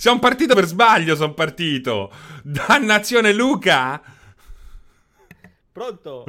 Sono partito per sbaglio, sono partito. Dannazione, Luca. Pronto?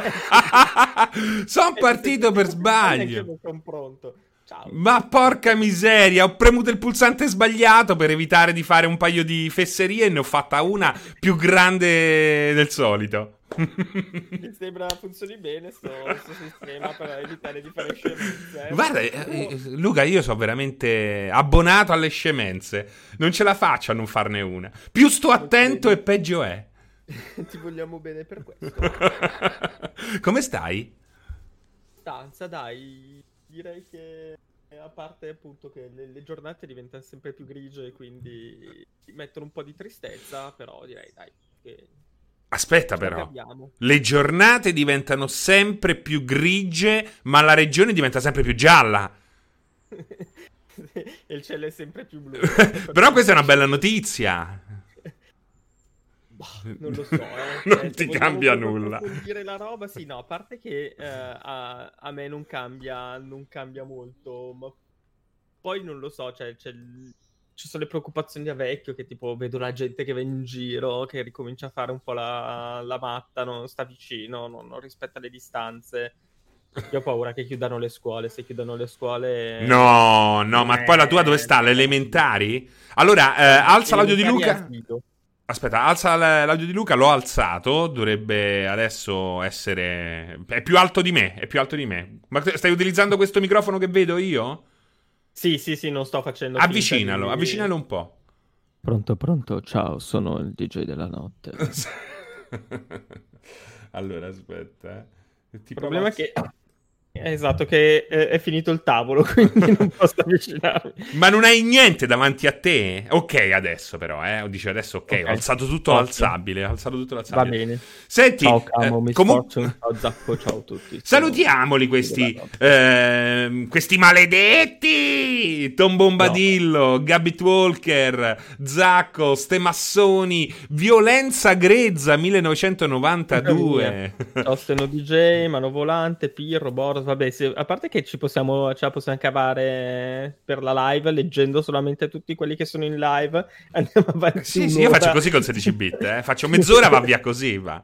Sono partito per Anche sbaglio. io sono pronto. Ciao. Ma porca miseria, ho premuto il pulsante sbagliato per evitare di fare un paio di fesserie e ne ho fatta una più grande del solito. Mi sembra funzioni bene sto sistema per evitare di fare scemenze. Guarda, Luca, io sono veramente abbonato alle scemenze. Non ce la faccio a non farne una. Più sto attento e peggio è. Ti vogliamo bene per questo. Come stai? Stanza, dai, direi che a parte appunto che le giornate diventano sempre più grigie, quindi mettono un po' di tristezza, però direi dai che Aspetta ce la però. caviamo. Le giornate diventano sempre più grigie, ma la regione diventa sempre più gialla. E il cielo è sempre più blu. Però questa è una bella notizia. Bah, non lo so, Non Cioè, ti se vogliamo cambia proprio nulla. approfondire la roba, sì, no, a parte che a me non cambia molto, ma poi non lo so, cioè, ci sono le preoccupazioni da vecchio, che tipo vedo la gente che va in giro, che ricomincia a fare un po' la matta, non sta vicino, non rispetta le distanze. Io ho paura che chiudano le scuole, se chiudono le scuole... No, no, ma poi la tua dove sta? Le elementari? Allora, alza l'audio di elementari Luca. asilo. Aspetta, alza l'audio di Luca, l'ho alzato, dovrebbe adesso essere... È più alto di me, è più alto di me. Ma stai utilizzando questo microfono che vedo io? Sì, non sto facendo finta Avvicinalo, di... avvicinalo un po'. Pronto, ciao, sono il DJ della notte. Allora, aspetta. Il problema è che... Esatto, che è finito il tavolo, quindi non posso avvicinarmi. Ma non hai niente davanti a te? Ok, adesso però, dice adesso ok, ho alzato tutto l'alzabile, ho alzato tutto l'alzabile. Va bene. Senti, Ciao Camo, Miss comunque... Fortune, ciao Zacco, ciao a tutti. Salutiamoli questi maledetti! Tom Bombadillo, Gabit Walker, Zacco, Ste Massoni, Violenza Grezza 1992. Ciao Steno DJ, Mano Volante, Pirro, Boros, vabbè, a parte che ce la possiamo cavare per la live leggendo solamente tutti quelli che sono in live. Andiamo avanti. Sì, io faccio così con 16 bit, faccio mezz'ora, va via così, va.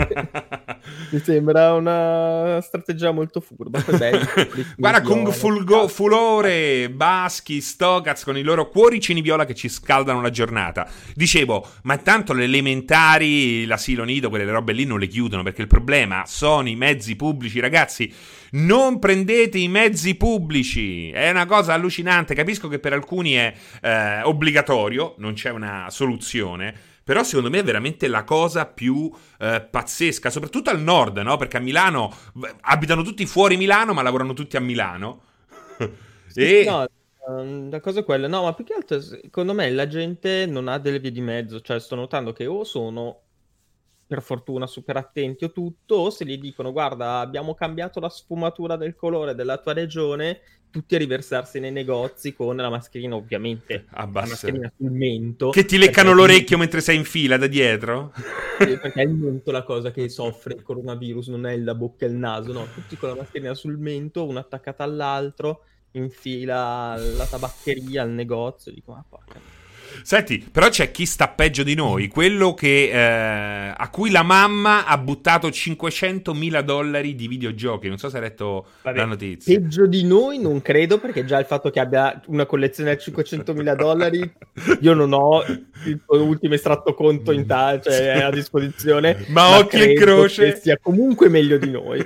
Mi sembra una strategia molto furba. Guarda, Kung Fulore, Baschi, Stokaz con i loro cuoricini viola che ci scaldano la giornata. Dicevo, ma intanto le elementari, l'asilo nido, quelle robe lì non le chiudono, perché il problema sono i mezzi pubblici, ragazzi. Non prendete i mezzi pubblici, è una cosa allucinante. Capisco che per alcuni è obbligatorio, non c'è una soluzione, però secondo me è veramente la cosa più pazzesca, soprattutto al nord, no? Perché a Milano abitano tutti fuori Milano, ma lavorano tutti a Milano. No, la cosa è quella, no, ma più che altro secondo me la gente non ha delle vie di mezzo, cioè sto notando che o sono per fortuna super attenti o tutto, o se gli dicono guarda abbiamo cambiato la sfumatura del colore della tua regione, tutti a riversarsi nei negozi con la mascherina, ovviamente la mascherina sul mento, che ti leccano l'orecchio mentre sei in fila da dietro. Perché è il mento la cosa che soffre il coronavirus, non è la bocca e il naso, no, tutti con la mascherina sul mento, una attaccata all'altro, in fila alla tabaccheria, al negozio, dico ma porca. Senti, però c'è chi sta peggio di noi, quello che a cui la mamma ha buttato $500.000 di videogiochi. Non so se hai letto la notizia. Peggio di noi non credo, perché già il fatto che abbia una collezione a $500.000, io non ho il ultimo estratto conto cioè, a disposizione, ma occhi e croce che sia comunque meglio di noi.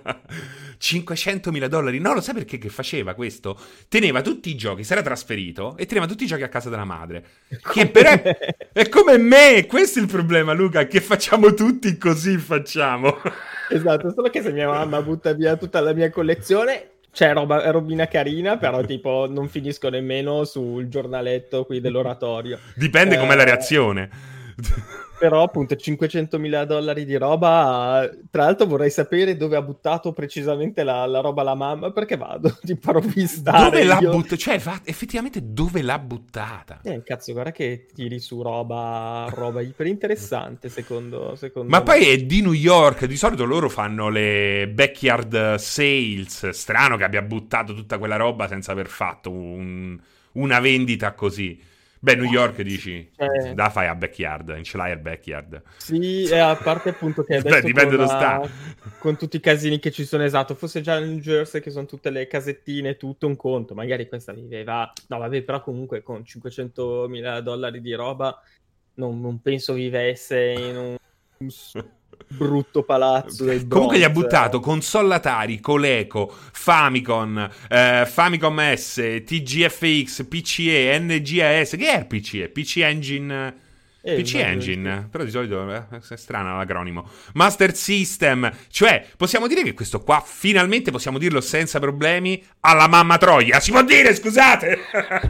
$500.000. No, lo sai perché che faceva questo? Teneva tutti i giochi, si era trasferito e teneva tutti i giochi a casa della madre. Che però è come me. Questo è il problema, Luca, che facciamo tutti così, facciamo. Esatto, solo che se mia mamma butta via tutta la mia collezione, c'è robina carina, però tipo non finisco nemmeno sul giornaletto qui dell'oratorio. Dipende com'è la reazione. Però appunto $500.000 di roba. Tra l'altro vorrei sapere dove ha buttato precisamente la roba la mamma, perché vado tipo a rovistare. Dove l'ha buttata? Cioè effettivamente dove l'ha buttata? Cazzo, guarda che tiri su roba iper interessante secondo ma me. poi è di New York, di solito loro fanno le backyard sales. Strano che abbia buttato tutta quella roba senza aver fatto una vendita così. Beh, New York dici, Cioè, da fai a backyard, non ce l'hai al backyard. sì, e a parte appunto che Beh, adesso dipende da sta. con tutti i casini che ci sono, esatto, fosse già nel New Jersey che sono tutte le casettine, tutto un conto, magari questa viveva, no vabbè, però comunque con $500.000 di roba non penso vivesse in un brutto palazzo del Comunque gli ha Bronx. buttato console Atari, Coleco, Famicom, Famicom S, TGFX, PCE, NGAS. Che è il PCE? PC Engine. PC Immagino di Engine, però di solito è strano l'acronimo. Master System, cioè possiamo dire che questo qua finalmente possiamo dirlo senza problemi alla mamma Troia. Si può dire, scusate.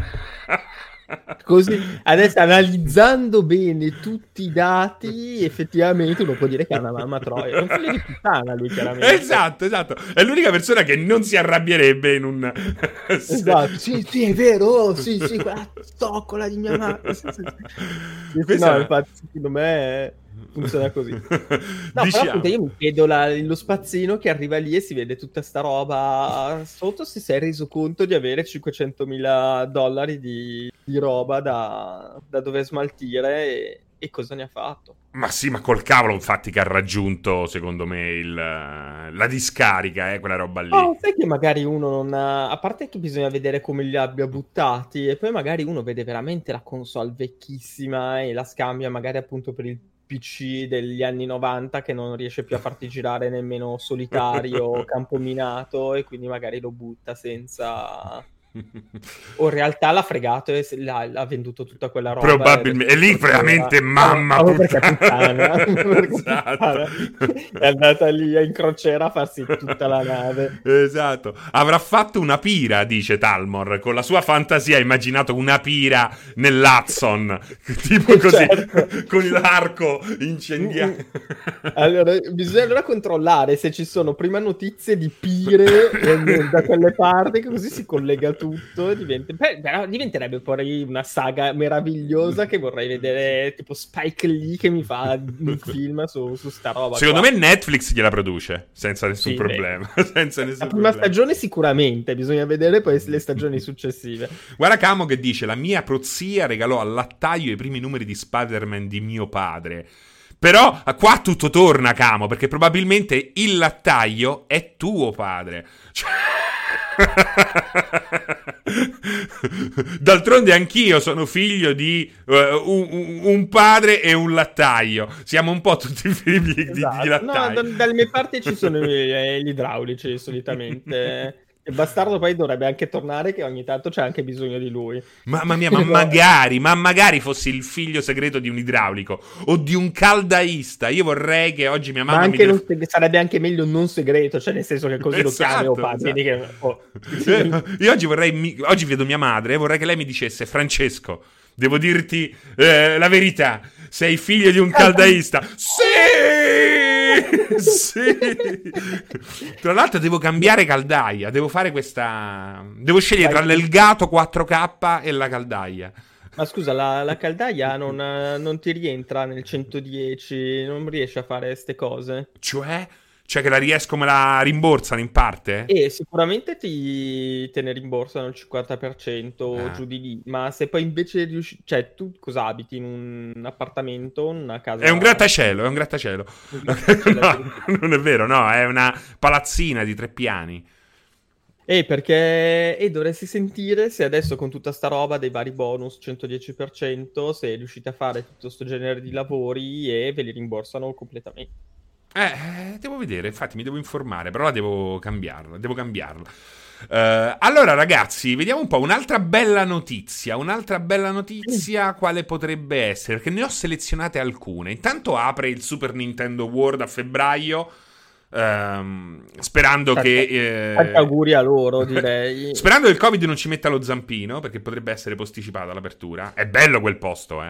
Così, adesso analizzando bene tutti i dati, effettivamente uno può dire che è una mamma Troia. È un figlio di puttana lui, chiaramente. Esatto. È l'unica persona che non si arrabbierebbe in un... Esatto, sì, è vero, sì, quella zoccola di mia madre. Sì. Questa... No, infatti, secondo me funziona così. No, Diciamo. però appunto io mi chiedo lo spazzino che arriva lì e si vede tutta sta roba sotto, se si è reso conto di avere $500.000 di roba da dover smaltire e cosa ne ha fatto. Ma sì, ma col cavolo infatti che ha raggiunto, secondo me, la discarica, quella roba lì. Oh, sai che magari uno non ha... A parte che bisogna vedere come li abbia buttati, e poi magari uno vede veramente la console vecchissima e la scambia magari appunto per il PC degli anni 90 che non riesce più a farti girare nemmeno solitario o campo minato, e quindi magari lo butta senza... O in realtà l'ha fregato e l'ha venduto tutta quella roba. Probabilmente. E lì veramente mamma puttana. Esatto. È andata lì in crociera a farsi tutta la nave. Esatto. Avrà fatto una pira, dice Talmor. Con la sua fantasia ha immaginato una pira nell'Hudson. Tipo così. Certo. Con l'arco incendiato. Allora, bisogna controllare se ci sono prima notizie di pire da quelle parti, che così si collega tutto. Però diventerebbe poi una saga meravigliosa che vorrei vedere, tipo Spike Lee che mi fa un film su sta roba. Secondo qua. me Netflix gliela produce senza nessun Sì, problema. Senza nessun la prima problema. stagione sicuramente, bisogna vedere poi le stagioni successive. Guarda Camo che dice: la mia prozia regalò al lattaio i primi numeri di Spider-Man di mio padre. Però qua tutto torna, Camo, perché probabilmente il lattaio è tuo padre. Cioè... D'altronde anch'io sono figlio di un padre e un lattaio. Siamo un po' tutti figli di lattaio. No, dalle mie parti ci sono gli idraulici solitamente. Il bastardo poi dovrebbe anche tornare, che ogni tanto c'è anche bisogno di lui. Mamma mia, ma magari fossi il figlio segreto di un idraulico o di un caldaista. Io vorrei che oggi mia mamma sarebbe anche meglio non segreto, cioè nel senso che così lo chiami o padre. Io oggi vedo mia madre e vorrei che lei mi dicesse: Francesco, devo dirti la verità, sei figlio di un caldaista. Sì. Tra l'altro devo cambiare caldaia, devo fare questa, devo scegliere tra l'Elgato 4K e la caldaia. Ma scusa, la caldaia non ti rientra nel 110, non riesci a fare ste cose? Cioè che me la rimborsano in parte? Sicuramente te ne rimborsano il 50% o giù di lì, ma se poi invece riusci... Cioè, tu cosa abiti? In un appartamento, una casa? È un grattacielo. No, non è vero, no, è una palazzina di 3 piani. Perché dovresti sentire se adesso con tutta sta roba dei vari bonus 110%, se riuscite a fare tutto sto genere di lavori e ve li rimborsano completamente. Devo vedere, infatti mi devo informare, però la devo cambiarla. Allora ragazzi, vediamo un po' un'altra bella notizia, quale potrebbe essere, perché ne ho selezionate alcune. Intanto apre il Super Nintendo World a febbraio, sperando che tanti auguri a loro, direi. Sperando che il Covid non ci metta lo zampino, perché potrebbe essere posticipata l'apertura. È bello quel posto,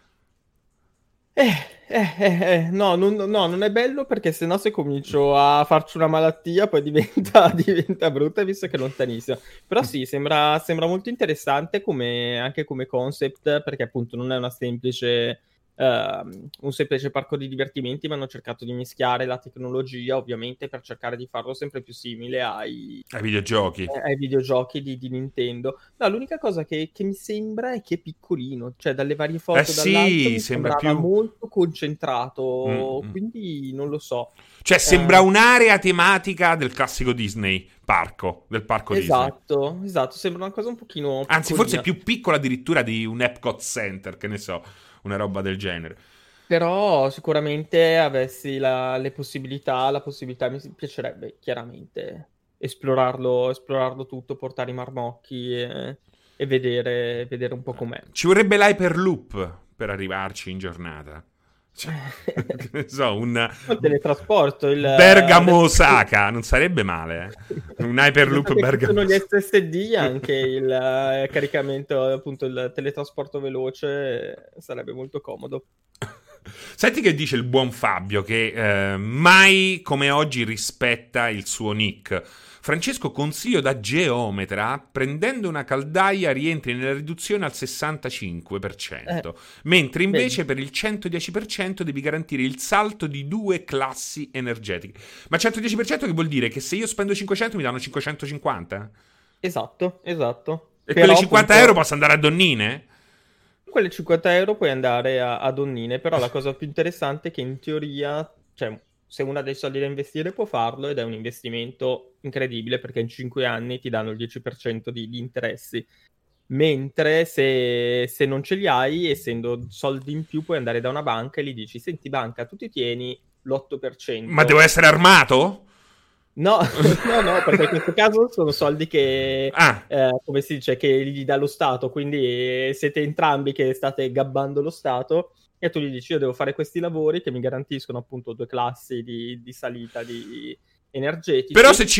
No, non è bello, perché sennò se comincio a farci una malattia poi diventa brutta, visto che è lontanissima. Però sì, sembra molto interessante anche come concept, perché appunto non è una semplice un semplice parco di divertimenti, ma hanno cercato di mischiare la tecnologia, ovviamente, per cercare di farlo sempre più simile Ai videogiochi. ai videogiochi di Nintendo. No, l'unica cosa che mi sembra è che è piccolino, cioè dalle varie foto dall'alto Sì, mi sembra sembrava più... molto concentrato, Mm. quindi non lo so. Cioè, sembra un'area tematica del classico Disney, del parco Disney. Esatto, sembra una cosa un pochino Anzi, forse piccolina. più piccola addirittura di un Epcot Center, che ne so, una roba del genere. Però sicuramente avessi le possibilità, la possibilità mi piacerebbe chiaramente esplorarlo tutto, portare i marmocchi e vedere un po' com'è. Ci vorrebbe l'Hyperloop per arrivarci in giornata. Cioè, che ne so, un Il teletrasporto, Bergamo-Osaka, non sarebbe male, eh? Un adesso Hyperloop che ci sono gli Bergamo-Osaka. SSD, anche il caricamento, appunto il teletrasporto veloce sarebbe molto comodo. Senti che dice il buon Fabio, che mai come oggi rispetta il suo nick. Francesco, consiglio da geometra, prendendo una caldaia rientri nella riduzione al 65%, mentre Vedi? invece per il 110% devi garantire il salto di 2 classi energetiche. Ma 110% che vuol dire? Che se io spendo 500 mi danno 550? Esatto. E quelle Però 50 euro appunto posso andare a Donnine? quelle 50 euro puoi andare a Donnine, però la cosa più interessante è che in teoria, cioè, se uno ha dei soldi da investire può farlo ed è un investimento incredibile perché in 5 anni ti danno il 10% di interessi. Mentre se non ce li hai, essendo soldi in più, puoi andare da una banca e gli dici, senti banca, tu ti tieni Ma devo l'8%. essere armato? No, no, perché in questo caso sono soldi che, Ah, come si dice, che gli dà lo Stato, quindi siete entrambi che state gabbando lo Stato e tu gli dici io devo fare questi lavori che mi garantiscono appunto 2 classi di salita di però energetici.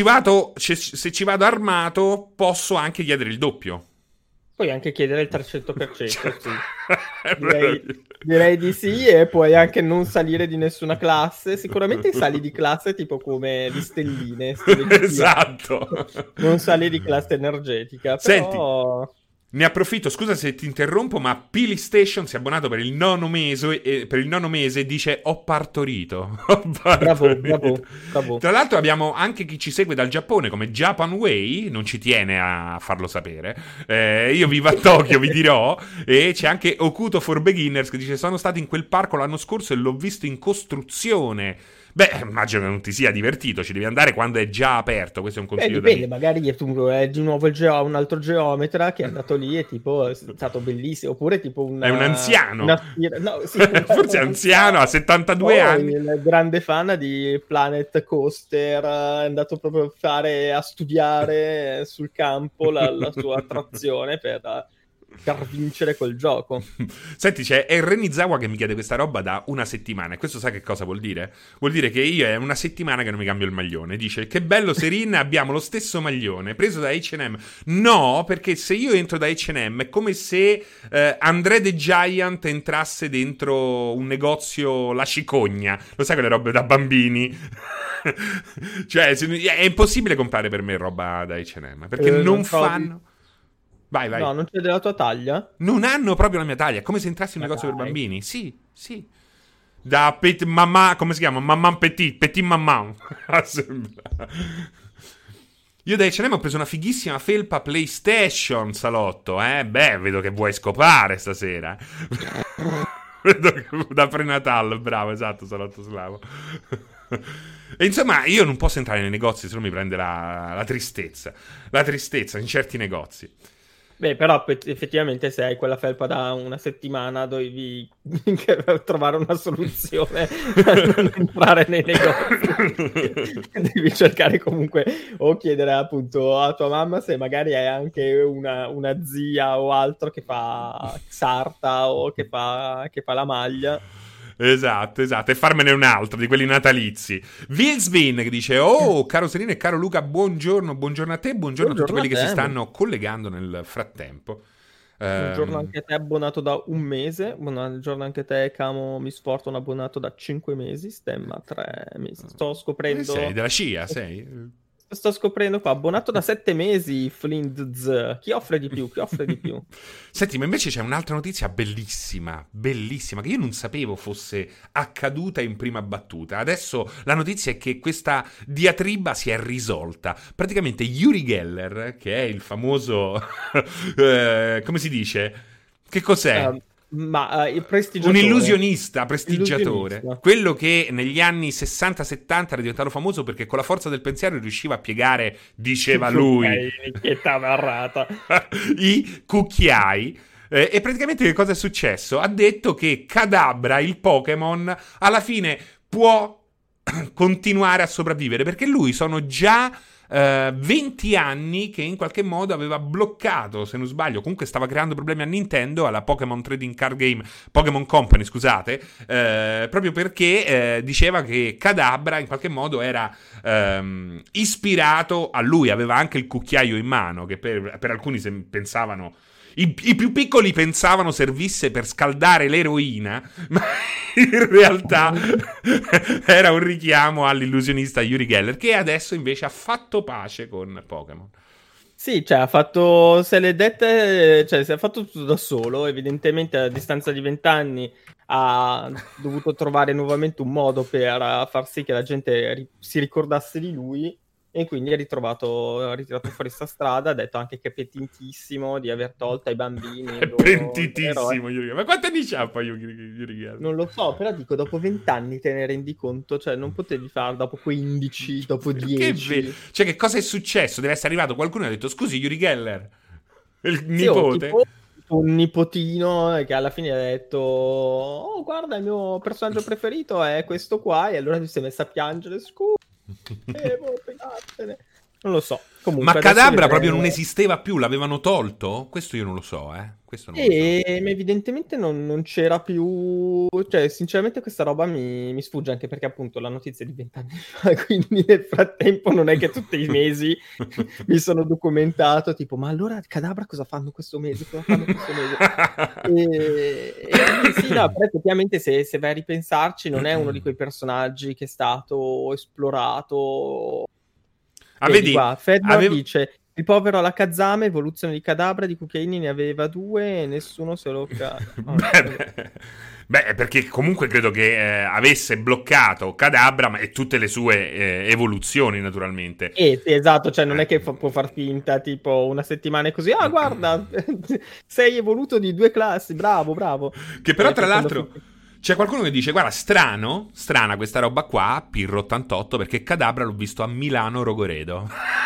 se ci vado armato posso anche chiedere il doppio. Puoi anche chiedere il 300%, Cioè, sì. è Direi, proprio- direi di sì, e puoi anche non salire di nessuna classe. Sicuramente sali di classe tipo come di stelline, stile GTA. Esatto. Non sali di classe energetica, Senti, però ne approfitto, scusa se ti interrompo, ma Pili Station si è abbonato per il nono mese e dice ho partorito. Ho bravo, partorito. bravo. Tra l'altro abbiamo anche chi ci segue dal Giappone come Japan Way, non ci tiene a farlo sapere. Io vivo a Tokyo, vi dirò, e c'è anche Okuto for Beginners che dice sono stato in quel parco l'anno scorso e l'ho visto in costruzione. Beh, immagino che non ti sia divertito, ci devi andare quando è già aperto, questo è un consiglio da Dipende, amico. magari è di nuovo un altro geometra che è andato lì e tipo è stato bellissimo, oppure tipo È un anziano. no, sì, magari Forse un è anziano, ha anziano. 72 O anni. il grande fan di Planet Coaster, è andato proprio a studiare sul campo la sua attrazione per vincere quel gioco. Senti, c'è Renizawa che mi chiede questa roba da una settimana. E questo sai che cosa vuol dire? Vuol dire che io è una settimana che non mi cambio il maglione. Dice, che bello Serin, abbiamo lo stesso maglione, preso da H&M. No, perché se io entro da H&M è come se André the Giant entrasse dentro un negozio La Cicogna. Lo sai quelle robe da bambini? Cioè, è impossibile comprare per me roba da H&M, perché non Non trovi? fanno... Vai, vai. No, non c'è della tua taglia? Non hanno proprio la mia taglia. È come se entrassi in un Ma negozio per dai. bambini. Sì, sì. Da Petit Mamma, come si chiama? Mamma Petit, Petit Mamma. Sembra. Io da H&M ho preso una fighissima felpa PlayStation, salotto, eh? Beh, vedo che vuoi scopare stasera. Vedo che da prenatal, bravo, esatto, salotto slavo. E insomma, io non posso entrare nei negozi se no mi prende la tristezza. La tristezza in certi negozi. Beh, però effettivamente se hai quella felpa da una settimana dovevi trovare una soluzione per non entrare nei negozi. Devi cercare comunque o chiedere appunto a tua mamma se magari hai anche una zia o altro che fa sarta o che fa la maglia. Esatto, esatto, e farmene un altro di quelli natalizi. Vilsvin che dice: oh, caro Serino e caro Luca, buongiorno, buongiorno a te, buongiorno a tutti Buongiorno a quelli che si te. stanno collegando nel frattempo. Buongiorno anche a te, abbonato da un mese. Buongiorno anche a te, Camo Miss Fortune, abbonato da 5 mesi. Stemma 3 mesi. Sto Sei scoprendo. della CIA, sei? sto scoprendo qua, abbonato da 7 mesi, Flintz. Chi offre di più? Chi offre di più? Senti, ma invece c'è un'altra notizia bellissima, bellissima, che io non sapevo fosse accaduta in prima battuta. Adesso la notizia è che questa diatriba si è risolta. Praticamente Uri Geller, che è il famoso... come si dice? Che cos'è? Il prestigiatore. Un illusionista, prestigiatore. Illusionista. Quello che negli anni 60-70 era diventato famoso perché con la forza del pensiero riusciva a piegare, diceva lui, Che tamarrata. i cucchiai. E praticamente che cosa è successo? Ha detto che Kadabra, il Pokémon, alla fine può continuare a sopravvivere perché lui sono già 20 anni che in qualche modo aveva bloccato, se non sbaglio, comunque stava creando problemi a Nintendo, alla Pokémon Trading Card Game, Pokémon Company, scusate, proprio perché diceva che Kadabra in qualche modo era ispirato a lui, aveva anche il cucchiaio in mano, che per alcuni pensavano... I più piccoli pensavano servisse per scaldare l'eroina, ma in realtà era un richiamo all'illusionista Uri Geller, che adesso invece ha fatto pace con Pokémon. Sì, cioè ha fatto, se le dette, cioè si è fatto tutto da solo, evidentemente a distanza di 20 anni ha dovuto trovare nuovamente un modo per far sì che la gente si ricordasse di lui e quindi ha ritirato fuori sta strada, ha detto anche che è pentitissimo di aver tolto ai bambini È il loro pentitissimo eroe. Uri Geller. Ma quanti anni c'ha poi Uri Geller? Non lo so, però dico, dopo 20 anni te ne rendi conto, cioè non potevi farlo dopo 15, dopo 10. Cioè, che cosa è successo? Deve essere arrivato qualcuno e ha detto, scusi Uri Geller, il Sì, nipote. tipo un nipotino che alla fine ha detto: Oh, guarda, il mio personaggio preferito è questo qua. E allora mi si è messa a piangere. Scusa, fregatene. Non lo so. Comunque, Ma adesso Kadabra proprio vedremo. non esisteva più, l'avevano tolto? Questo io non lo so, Questo non lo so. Evidentemente non c'era più. Cioè, sinceramente, questa roba mi sfugge anche perché, appunto, la notizia è di 20 anni fa. Quindi, nel frattempo, non è che tutti i mesi mi sono documentato. Tipo, ma allora Kadabra cosa fanno questo mese? Cosa fanno questo mese? E quindi sì, no, però effettivamente se vai a ripensarci, non è uno di quei personaggi che è stato esplorato. Vedi qua, Fedor dice: il povero Alakazam, evoluzione di Kadabra, di Cucchiaini ne aveva 2 e nessuno se lo Beh, perché comunque credo che avesse bloccato Kadabra e tutte le sue evoluzioni, naturalmente. Sì, esatto, cioè non è che può far finta tipo una settimana e così, guarda, sei evoluto di 2 classi, bravo. Che però tra l'altro... C'è qualcuno che dice, guarda, strana questa roba qua, Pirro88, perché Kadabra l'ho visto a Milano Rogoredo.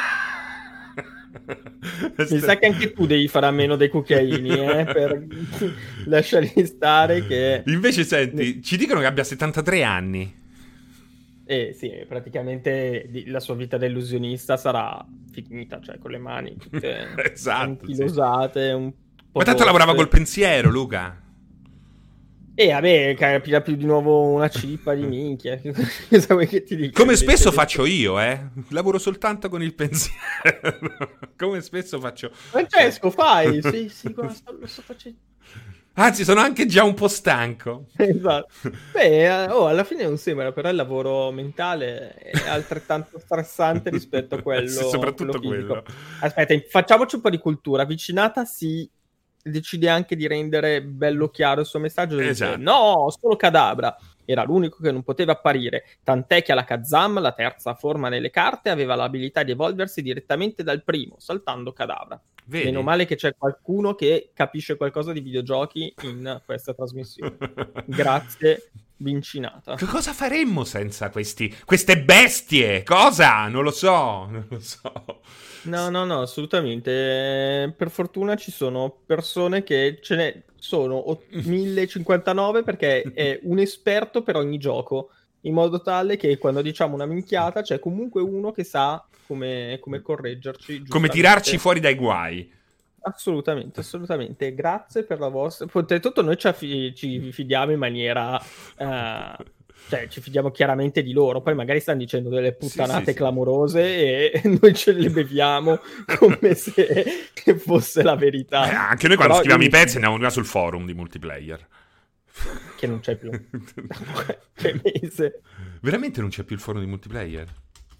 Mi sa che anche tu devi fare a meno dei cucchiaini, per lasciarli stare che... Invece, senti, ci dicono che abbia 73 anni. Sì, praticamente la sua vita da illusionista sarà finita, cioè con le mani tutte esatto, anchilosate, un po'. Ma tanto lavorava col pensiero, Luca. Vabbè, capirà più di nuovo una cippa di minchia. Cosa vuoi che ti dica? Come spesso faccio io, lavoro soltanto con il pensiero. Come spesso faccio. Francesco, fai? Sì, guarda, lo sto facendo. Anzi, sono anche già un po' stanco. Esatto. Beh, alla fine non sembra, però il lavoro mentale è altrettanto stressante rispetto a quello. Sì, soprattutto quello. Aspetta, facciamoci un po' di cultura. Avvicinata si decide anche di rendere bello chiaro il suo messaggio. Esatto. Dice, no, solo Kadabra. Era l'unico che non poteva apparire, tant'è che Alakazam, la terza forma nelle carte, aveva l'abilità di evolversi direttamente dal primo, saltando Kadabra. Vedi? Meno male che c'è qualcuno che capisce qualcosa di videogiochi in questa trasmissione. Grazie, Vincinata. Che cosa faremmo senza queste bestie? Cosa? Non lo so. No, assolutamente. Per fortuna ci sono persone che ce ne sono 1059 perché è un esperto per ogni gioco, in modo tale che quando diciamo una minchiata c'è comunque uno che sa come correggerci. Come tirarci fuori dai guai. Assolutamente. Grazie per la vostra... Oltretutto noi ci fidiamo in maniera... cioè ci fidiamo chiaramente di loro, poi magari stanno dicendo delle puttanate clamorose e noi ce le beviamo come se fosse la verità. Anche noi quando scriviamo i pezzi andiamo prima sul forum di multiplayer. Che non c'è più. Che mese. Veramente non c'è più il forum di multiplayer?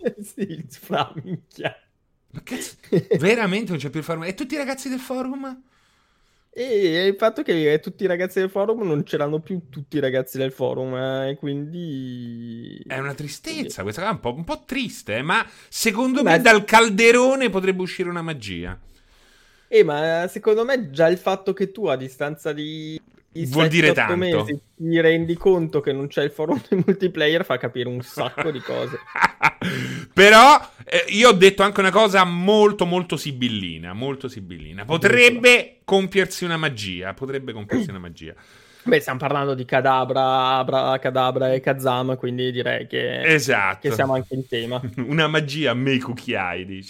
Sì, il minchia. Ma cazzo, veramente non c'è più il forum? E tutti i ragazzi del forum? E il fatto che tutti i ragazzi del forum non c'erano più tutti i ragazzi del forum, e quindi... È una tristezza, questa cosa è un po' triste, ma secondo me Ma, dal calderone potrebbe uscire una magia. ma secondo me già il fatto che tu a distanza di Vuol dire 7-8 tanto. mesi ti rendi conto che non c'è il forum di multiplayer fa capire un sacco di cose. Però io ho detto anche una cosa molto molto sibillina, molto sibillina. Potrebbe compiersi una magia, potrebbe compiersi una magia. Beh, stiamo parlando di Kadabra, Kadabra e Kazama, quindi direi che Esatto. siamo anche in tema. Una magia a me cucchiai, dice.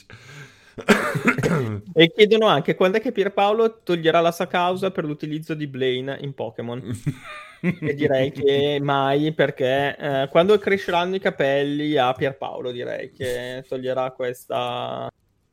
E chiedono anche quando è che Pierpaolo toglierà la sua causa per l'utilizzo di Blaine in Pokémon. E direi che mai, perché quando cresceranno i capelli a Pierpaolo direi che toglierà questa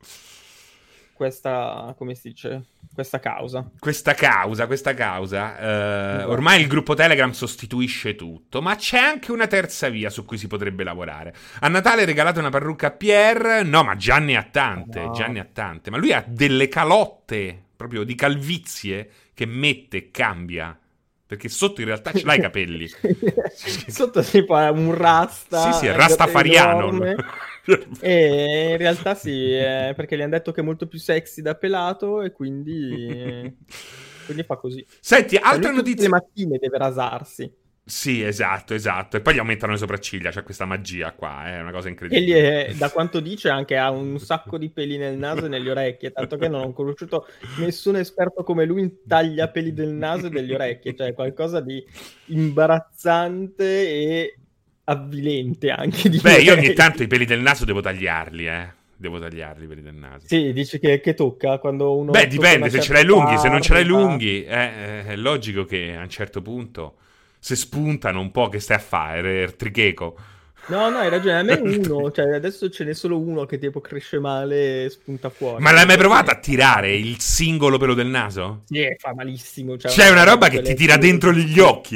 come si dice, questa causa. Questa causa. Ormai il gruppo Telegram sostituisce tutto, ma c'è anche una terza via su cui si potrebbe lavorare. A Natale regalate una parrucca a Pierre? No, ma Gianni ha tante, Gianni ha tante. Ma lui ha delle calotte, proprio di calvizie, che mette e cambia. Perché sotto in realtà ce l'hai i capelli. Sotto tipo è un rasta. Sì, è rastafariano. Enorme. E in realtà sì, perché gli hanno detto che è molto più sexy da pelato e quindi fa così. Senti, Cioè, altra lui tutte notizia. le mattine deve rasarsi. Sì, esatto. E poi gli aumentano le sopracciglia, c'è questa magia qua, è una cosa E incredibile. da quanto dice anche ha un sacco di peli nel naso e nelle orecchie, tanto che non ho conosciuto nessun esperto come lui in tagliapeli del naso e delle orecchie, cioè qualcosa di imbarazzante e avvilente anche di Beh, io ogni tanto i peli del naso devo tagliarli, Devo tagliarli i peli del naso. Sì, dici che tocca quando uno... Beh, tocca dipende, una se ce certa l'hai lunghi, se non ce l'hai arriva- lunghi, è logico che a un certo punto, se spuntano un po', che stai a fare, tricheco. No, hai ragione, a me uno, cioè adesso ce n'è solo uno che tipo cresce male e spunta fuori. Ma l'hai mai Gli provato altri- a tirare il singolo pelo del naso? Sì, fa malissimo. Cioè, C'è una roba che quelle- ti tira dentro gli occhi,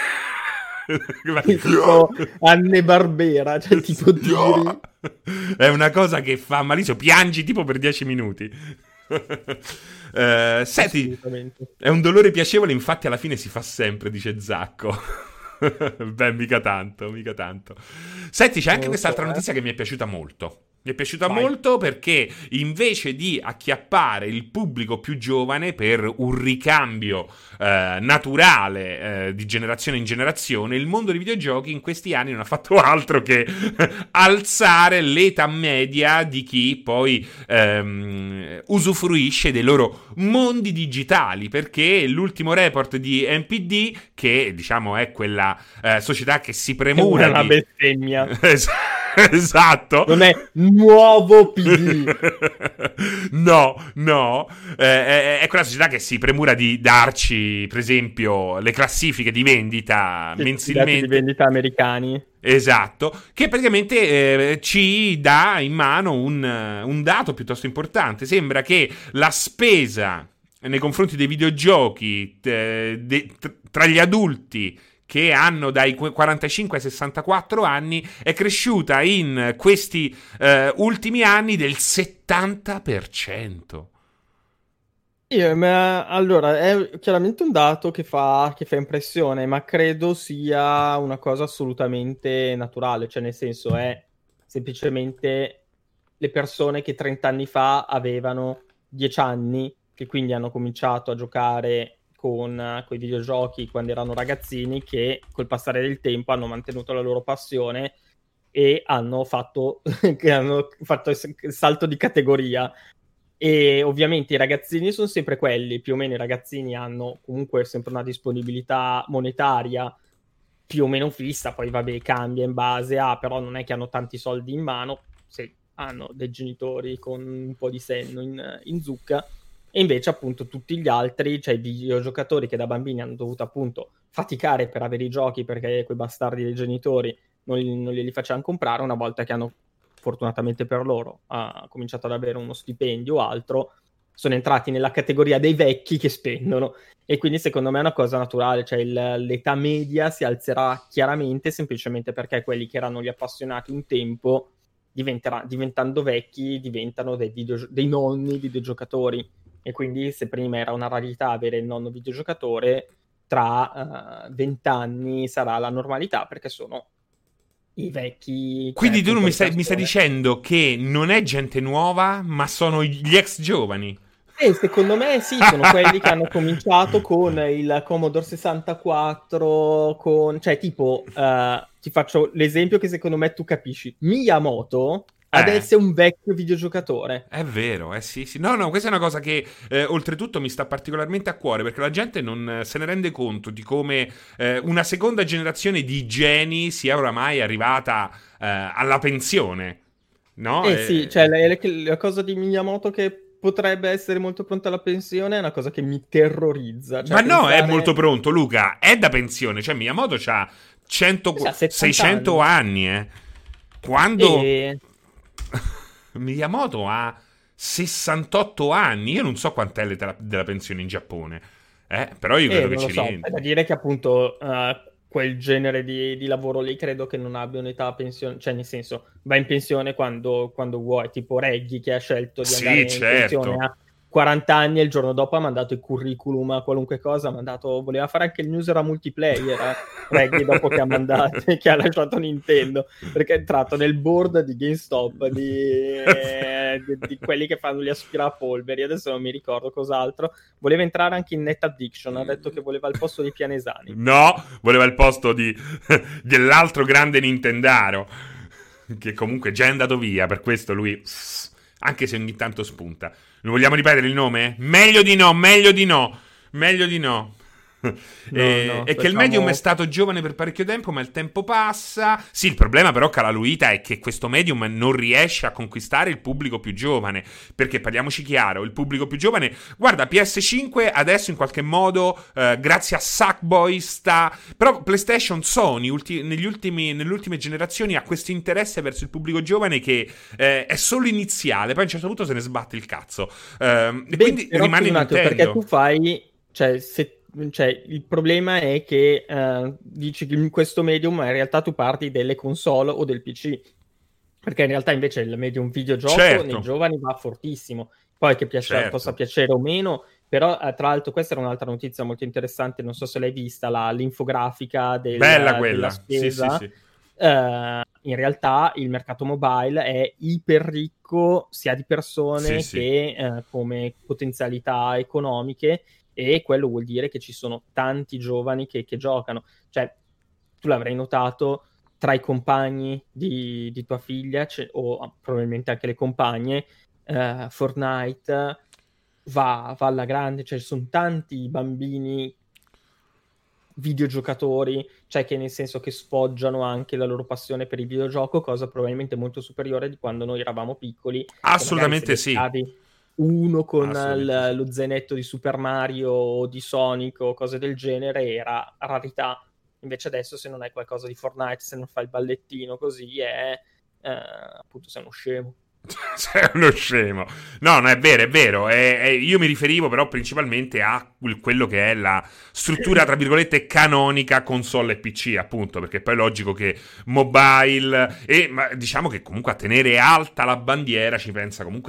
tipo Anne Barbera, cioè tipo tiri. È una cosa che fa malissimo, piangi tipo per 10 minuti. Senti, Assolutamente. è un dolore piacevole, infatti alla fine si fa sempre, dice Zacco. Beh, mica tanto, mica tanto. Senti, c'è anche Non lo quest'altra so, notizia che mi è piaciuta molto. Mi è piaciuta Vai. molto perché invece di acchiappare il pubblico più giovane per un ricambio naturale di generazione in generazione, il mondo dei videogiochi in questi anni non ha fatto altro che alzare l'età media di chi poi usufruisce dei loro mondi digitali, perché l'ultimo report di NPD, che diciamo è quella società che si premura È una di... bestemmia. Esatto. Non è nuovo PD. No. È quella società che si premura di darci, per esempio, le classifiche di vendita I dati di mensilmente. vendita americani. Esatto, che praticamente ci dà in mano un dato piuttosto importante. Sembra che la spesa nei confronti dei videogiochi tra gli adulti che hanno dai 45 ai 64 anni è cresciuta in questi ultimi anni del 70%. Ma allora è chiaramente un dato che fa impressione, ma credo sia una cosa assolutamente naturale, cioè nel senso è semplicemente le persone che 30 anni fa avevano 10 anni, che quindi hanno cominciato a giocare con i videogiochi quando erano ragazzini, che col passare del tempo hanno mantenuto la loro passione e hanno fatto il salto di categoria. E ovviamente i ragazzini sono sempre quelli, più o meno i ragazzini hanno comunque sempre una disponibilità monetaria più o meno fissa, poi vabbè cambia in base a, però non è che hanno tanti soldi in mano, se hanno dei genitori con un po' di senno in zucca, e invece appunto tutti gli altri, cioè i videogiocatori che da bambini hanno dovuto appunto faticare per avere i giochi perché quei bastardi dei genitori non glieli facevano comprare, una volta che hanno fortunatamente per loro, ha cominciato ad avere uno stipendio o altro, sono entrati nella categoria dei vecchi che spendono. E quindi secondo me è una cosa naturale, cioè l'età media si alzerà chiaramente semplicemente perché quelli che erano gli appassionati un tempo diventando vecchi, diventano dei nonni videogiocatori. E quindi se prima era una rarità avere il nonno videogiocatore, tra 20 anni sarà la normalità, perché sono i vecchi, cioè Quindi tu appunto mi le stai persone. dicendo che non è gente nuova, ma sono gli ex giovani. E secondo me sì, sono quelli che hanno cominciato con il Commodore 64, cioè tipo, ti faccio l'esempio che secondo me tu capisci. Miyamoto Eh. adesso è un vecchio videogiocatore. È vero, sì, sì. No, no, questa è una cosa che oltretutto mi sta particolarmente a cuore perché la gente non se ne rende conto di come una seconda generazione di geni sia oramai arrivata alla pensione, no? Eh sì, cioè la cosa di Miyamoto che potrebbe essere molto pronta alla pensione è una cosa che mi terrorizza, Ma cioè no, è pensare. molto pronto, Luca. È da pensione. Cioè, Miyamoto ha Sa, 70 600 anni. anni, eh. Quando E Miyamoto ha 68 anni, io non so quant'è l'età della pensione in Giappone, però io credo che Non lo ci so, è da rientri. dire che appunto quel genere di lavoro lì credo che non abbia un'età pensione, cioè nel senso va in pensione quando vuoi, tipo Reggie che ha scelto di Sì, andare in pensione certo. a 40 anni e il giorno dopo ha mandato il curriculum a qualunque cosa, voleva fare anche il user a multiplayer, Reggie dopo che che ha lasciato Nintendo, perché è entrato nel board di GameStop di quelli che fanno gli aspirapolveri, adesso non mi ricordo cos'altro. Voleva entrare anche in Net Addiction, ha detto che voleva il posto di Pianesani. No, voleva il posto dell'altro grande Nintendaro, che comunque già è andato via, per questo lui, anche se ogni tanto spunta. Lo vogliamo ripetere il nome? Meglio di no, meglio di no, meglio di no. No, no, E che il medium è facciamo. stato giovane per parecchio tempo, ma il tempo passa. Sì, il problema però, cara Luita, è che questo medium non riesce a conquistare il pubblico più giovane. Perché parliamoci chiaro, il pubblico più giovane, guarda, PS5 adesso in qualche modo, grazie a Sackboy, sta. Però PlayStation, Sony, nelle ultime generazioni, ha questo interesse verso il pubblico giovane che è solo iniziale. Poi a un certo punto se ne sbatte il cazzo. E Beh, quindi però rimane scusa un attimo, perché tu Nintendo. fai, cioè, il problema è che dici che in questo medium in realtà tu parti delle console o del PC, perché in realtà invece il medium videogioco nei Certo, giovani va fortissimo, poi che possa certo. piacere o meno, però tra l'altro questa era un'altra notizia molto interessante, non so se l'hai vista, l'infografica Bella della quella. Sì, sì, spesa. sì. In realtà il mercato mobile è iper ricco sia di Sì, persone sì. che come potenzialità economiche, e quello vuol dire che ci sono tanti giovani che giocano. Cioè, tu l'avrai notato tra i compagni di tua figlia, o probabilmente anche le compagne, Fortnite va alla grande, cioè ci sono tanti bambini videogiocatori, cioè che nel senso che sfoggiano anche la loro passione per il videogioco, cosa probabilmente molto superiore di quando noi eravamo piccoli, che magari se Assolutamente sì. beccavi uno con Assolutamente sì. lo zainetto di Super Mario o di Sonic o cose del genere era rarità. Invece adesso se non hai qualcosa di Fortnite, se non fai il ballettino così, appunto sei uno scemo. Sei uno scemo. No, no, è vero, è vero. Io mi riferivo però principalmente a quello che è la struttura, tra virgolette, canonica console e PC, appunto, perché poi è logico che mobile ma diciamo che comunque a tenere alta la bandiera ci pensa comunque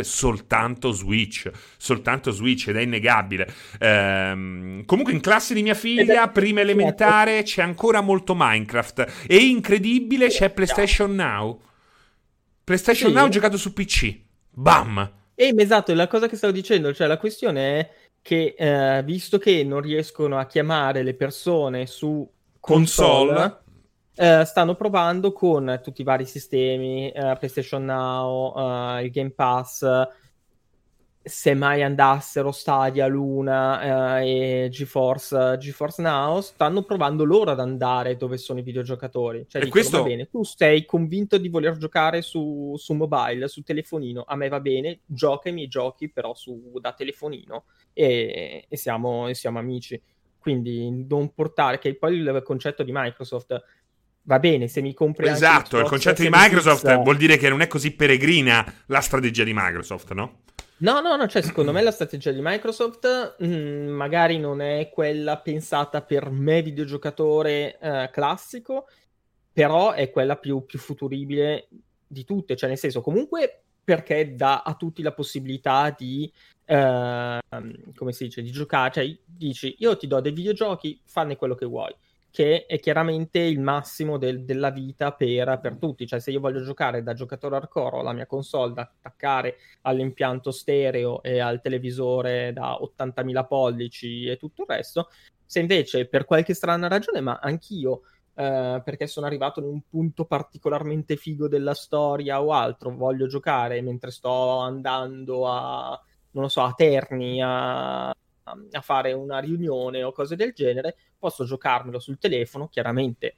soltanto Switch ed è innegabile. Comunque in classe di mia Ed è figlia, prima ecco, elementare, c'è ancora molto Minecraft e incredibile c'è chiaro. PlayStation Now. PlayStation Now Sì, giocato su PC. Bam! esatto, la cosa che stavo dicendo, cioè la questione è che visto che non riescono a chiamare le persone su Console. console, stanno provando con tutti i vari sistemi, PlayStation Now, il Game Pass, se mai andassero Stadia, Luna e GeForce Now, stanno provando loro ad andare dove sono i videogiocatori. Cioè E dicono, va questo bene, tu sei convinto di voler giocare su mobile, su telefonino, a me va bene, gioca i miei giochi però da telefonino e siamo amici. Quindi non portare, che poi il concetto di Microsoft, va bene, se mi compri anche esatto, il l'Xbox concetto di Series X. Microsoft vuol dire che non è così peregrina la strategia di Microsoft, no? No, no, no, cioè secondo me la strategia di Microsoft magari non è quella pensata per me videogiocatore classico, però è quella più futuribile di tutte, cioè nel senso comunque perché dà a tutti la possibilità di, come si dice, di giocare, cioè dici io ti do dei videogiochi, fanne quello che vuoi, che è chiaramente il massimo della vita per tutti, cioè se io voglio giocare da giocatore hardcore ho la mia console da attaccare all'impianto stereo e al televisore da 80.000 pollici e tutto il resto, se invece per qualche strana ragione, ma anch'io perché sono arrivato in un punto particolarmente figo della storia o altro, voglio giocare mentre sto andando a, non lo so, a Terni a fare una riunione o cose del genere, posso giocarmelo sul telefono, chiaramente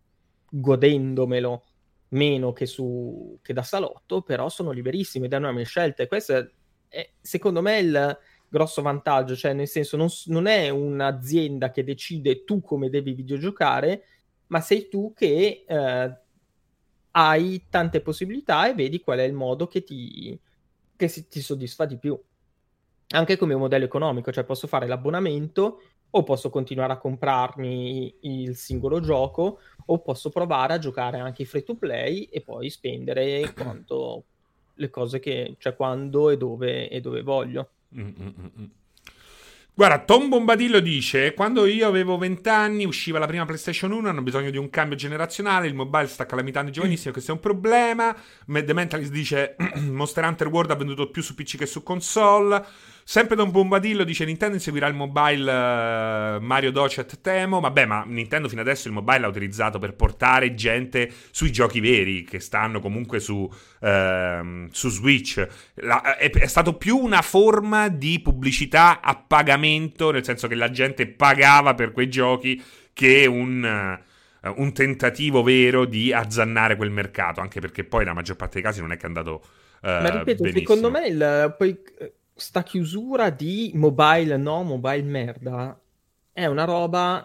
godendomelo meno che da salotto, però sono liberissimo ed è una mia scelta e questo è secondo me il grosso vantaggio, cioè nel senso non è un'azienda che decide tu come devi videogiocare, ma sei tu che hai tante possibilità e vedi qual è il modo che ti soddisfa di più. Anche come modello economico, cioè posso fare l'abbonamento o posso continuare a comprarmi il singolo gioco o posso provare a giocare anche i free to play e poi spendere quanto le cose che, cioè quando e dove voglio. Guarda, Tom Bombadillo dice: quando io avevo 20 anni usciva la prima PlayStation 1, hanno bisogno di un cambio generazionale, il mobile sta calamitando i giovanissimi, questo è un problema. The Mentalist dice: Monster Hunter World ha venduto più su PC che su console. Sempre Don Bombadillo dice: Nintendo inseguirà il mobile Mario Docet Temo. Vabbè, ma Nintendo fino adesso il mobile l'ha utilizzato per portare gente sui giochi veri che stanno comunque su Switch. È stato più una forma di pubblicità a pagamento, nel senso che la gente pagava per quei giochi, che un tentativo vero di azzannare quel mercato, anche perché poi nella maggior parte dei casi non è che è andato Ma ripeto, benissimo. secondo me poi sta chiusura di mobile no, mobile merda è una roba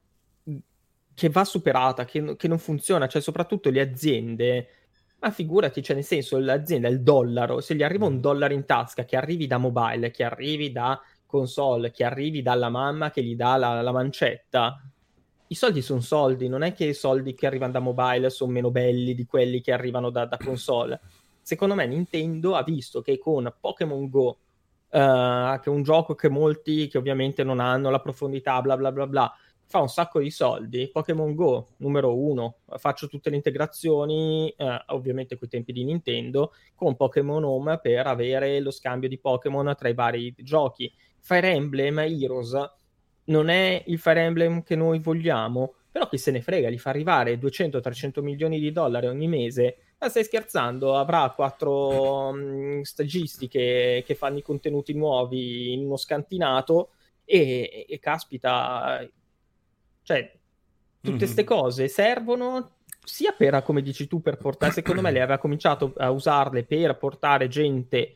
che va superata, che non funziona, cioè soprattutto le aziende, ma figurati, cioè nel senso l'azienda, il dollaro, se gli arriva un dollaro in tasca, che arrivi da mobile, che arrivi da console, che arrivi dalla mamma che gli dà la mancetta, i soldi sono soldi, non è che i soldi che arrivano da mobile sono meno belli di quelli che arrivano da console. Secondo me Nintendo ha visto che con Pokémon Go, che è un gioco che molti che ovviamente non hanno la profondità, bla bla bla bla, fa un sacco di soldi. Pokémon Go, numero 1, faccio tutte le integrazioni, ovviamente coi tempi di Nintendo, con Pokémon Home per avere lo scambio di Pokémon tra i vari giochi. Fire Emblem Heroes non è il Fire Emblem che noi vogliamo, però chi se ne frega, gli fa arrivare 200-300 milioni di dollari ogni mese. Ma stai scherzando? Avrà 4 stagisti che fanno i contenuti nuovi in uno scantinato e caspita, cioè tutte queste cose servono sia per, come dici tu, per portare, secondo me lei aveva cominciato a usarle per portare gente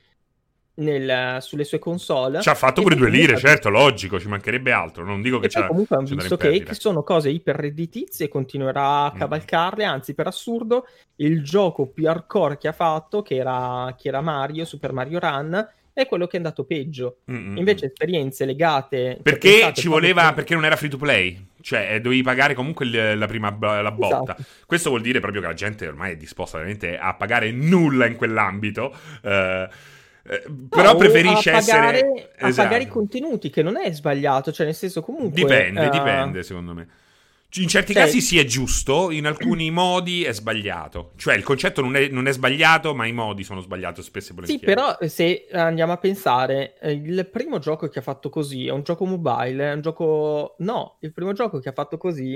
sulle sue console. Ci ha fatto pure 2 lire, certo, logico, ci mancherebbe altro. Non dico che poi comunque hanno visto che sono cose iperredditizie e continuerà a cavalcarle, anzi per assurdo il gioco più hardcore che ha fatto, che era Mario, Super Mario Run, è quello che è andato peggio. Invece esperienze legate... Perché ci voleva, perché non era free to play, cioè dovevi pagare comunque la prima la botta. Esatto. Questo vuol dire proprio che la gente ormai è disposta veramente a pagare nulla in quell'ambito. Però preferisce essere a pagare i contenuti, che non è sbagliato, cioè nel senso comunque dipende secondo me. In certi casi sì è giusto, in alcuni modi è sbagliato. Cioè il concetto non è sbagliato, ma i modi sono sbagliati spesso e volentieri. Sì, però se andiamo a pensare, il primo gioco che ha fatto così è un gioco mobile, è un gioco... No, il primo gioco che ha fatto così,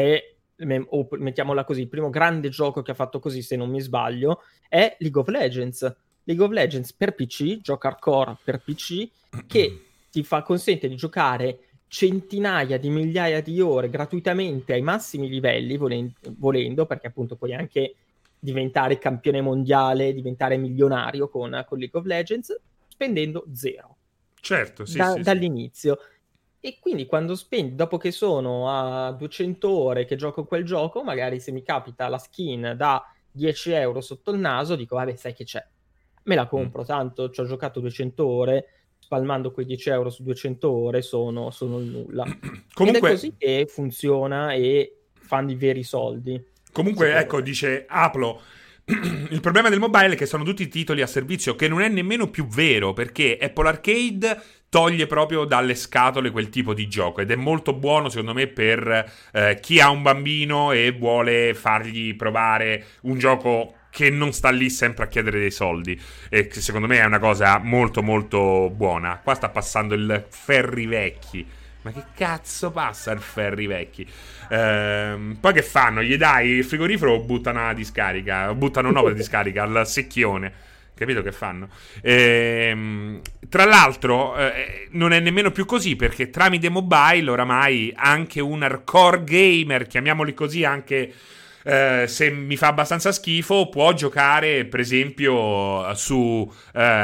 o mettiamola così, il primo grande gioco che ha fatto così, se non mi sbaglio, è League of Legends. League of Legends per PC, gioco hardcore per PC, che consente di giocare centinaia di migliaia di ore gratuitamente ai massimi livelli, volendo, perché appunto puoi anche diventare campione mondiale, diventare milionario con League of Legends, spendendo 0. Certo, sì, dall'inizio. E quindi quando spendi, dopo che sono a 200 ore che gioco quel gioco, magari se mi capita la skin da 10 euro sotto il naso, dico vabbè, sai che c'è, me la compro, tanto ci ho giocato 200 ore, spalmando quei 10 euro su 200 ore sono il nulla. Comunque, ed è così che funziona e fanno i veri soldi. Comunque, ecco, dice Aplo, Il problema del mobile è che sono tutti titoli a servizio, che non è nemmeno più vero, perché Apple Arcade toglie proprio dalle scatole quel tipo di gioco ed è molto buono secondo me per chi ha un bambino e vuole fargli provare un gioco che non sta lì sempre a chiedere dei soldi, e che secondo me è una cosa molto molto buona. Qua sta passando il Ferri Vecchi. Ma che cazzo passa il Ferri Vecchi? Poi che fanno? Gli dai il frigorifero o buttano la discarica? Buttano un'opera di discarica al secchione. Capito che fanno? Tra l'altro, non è nemmeno più così, perché tramite mobile oramai anche un hardcore gamer, chiamiamoli così, anche se mi fa abbastanza schifo, può giocare per esempio su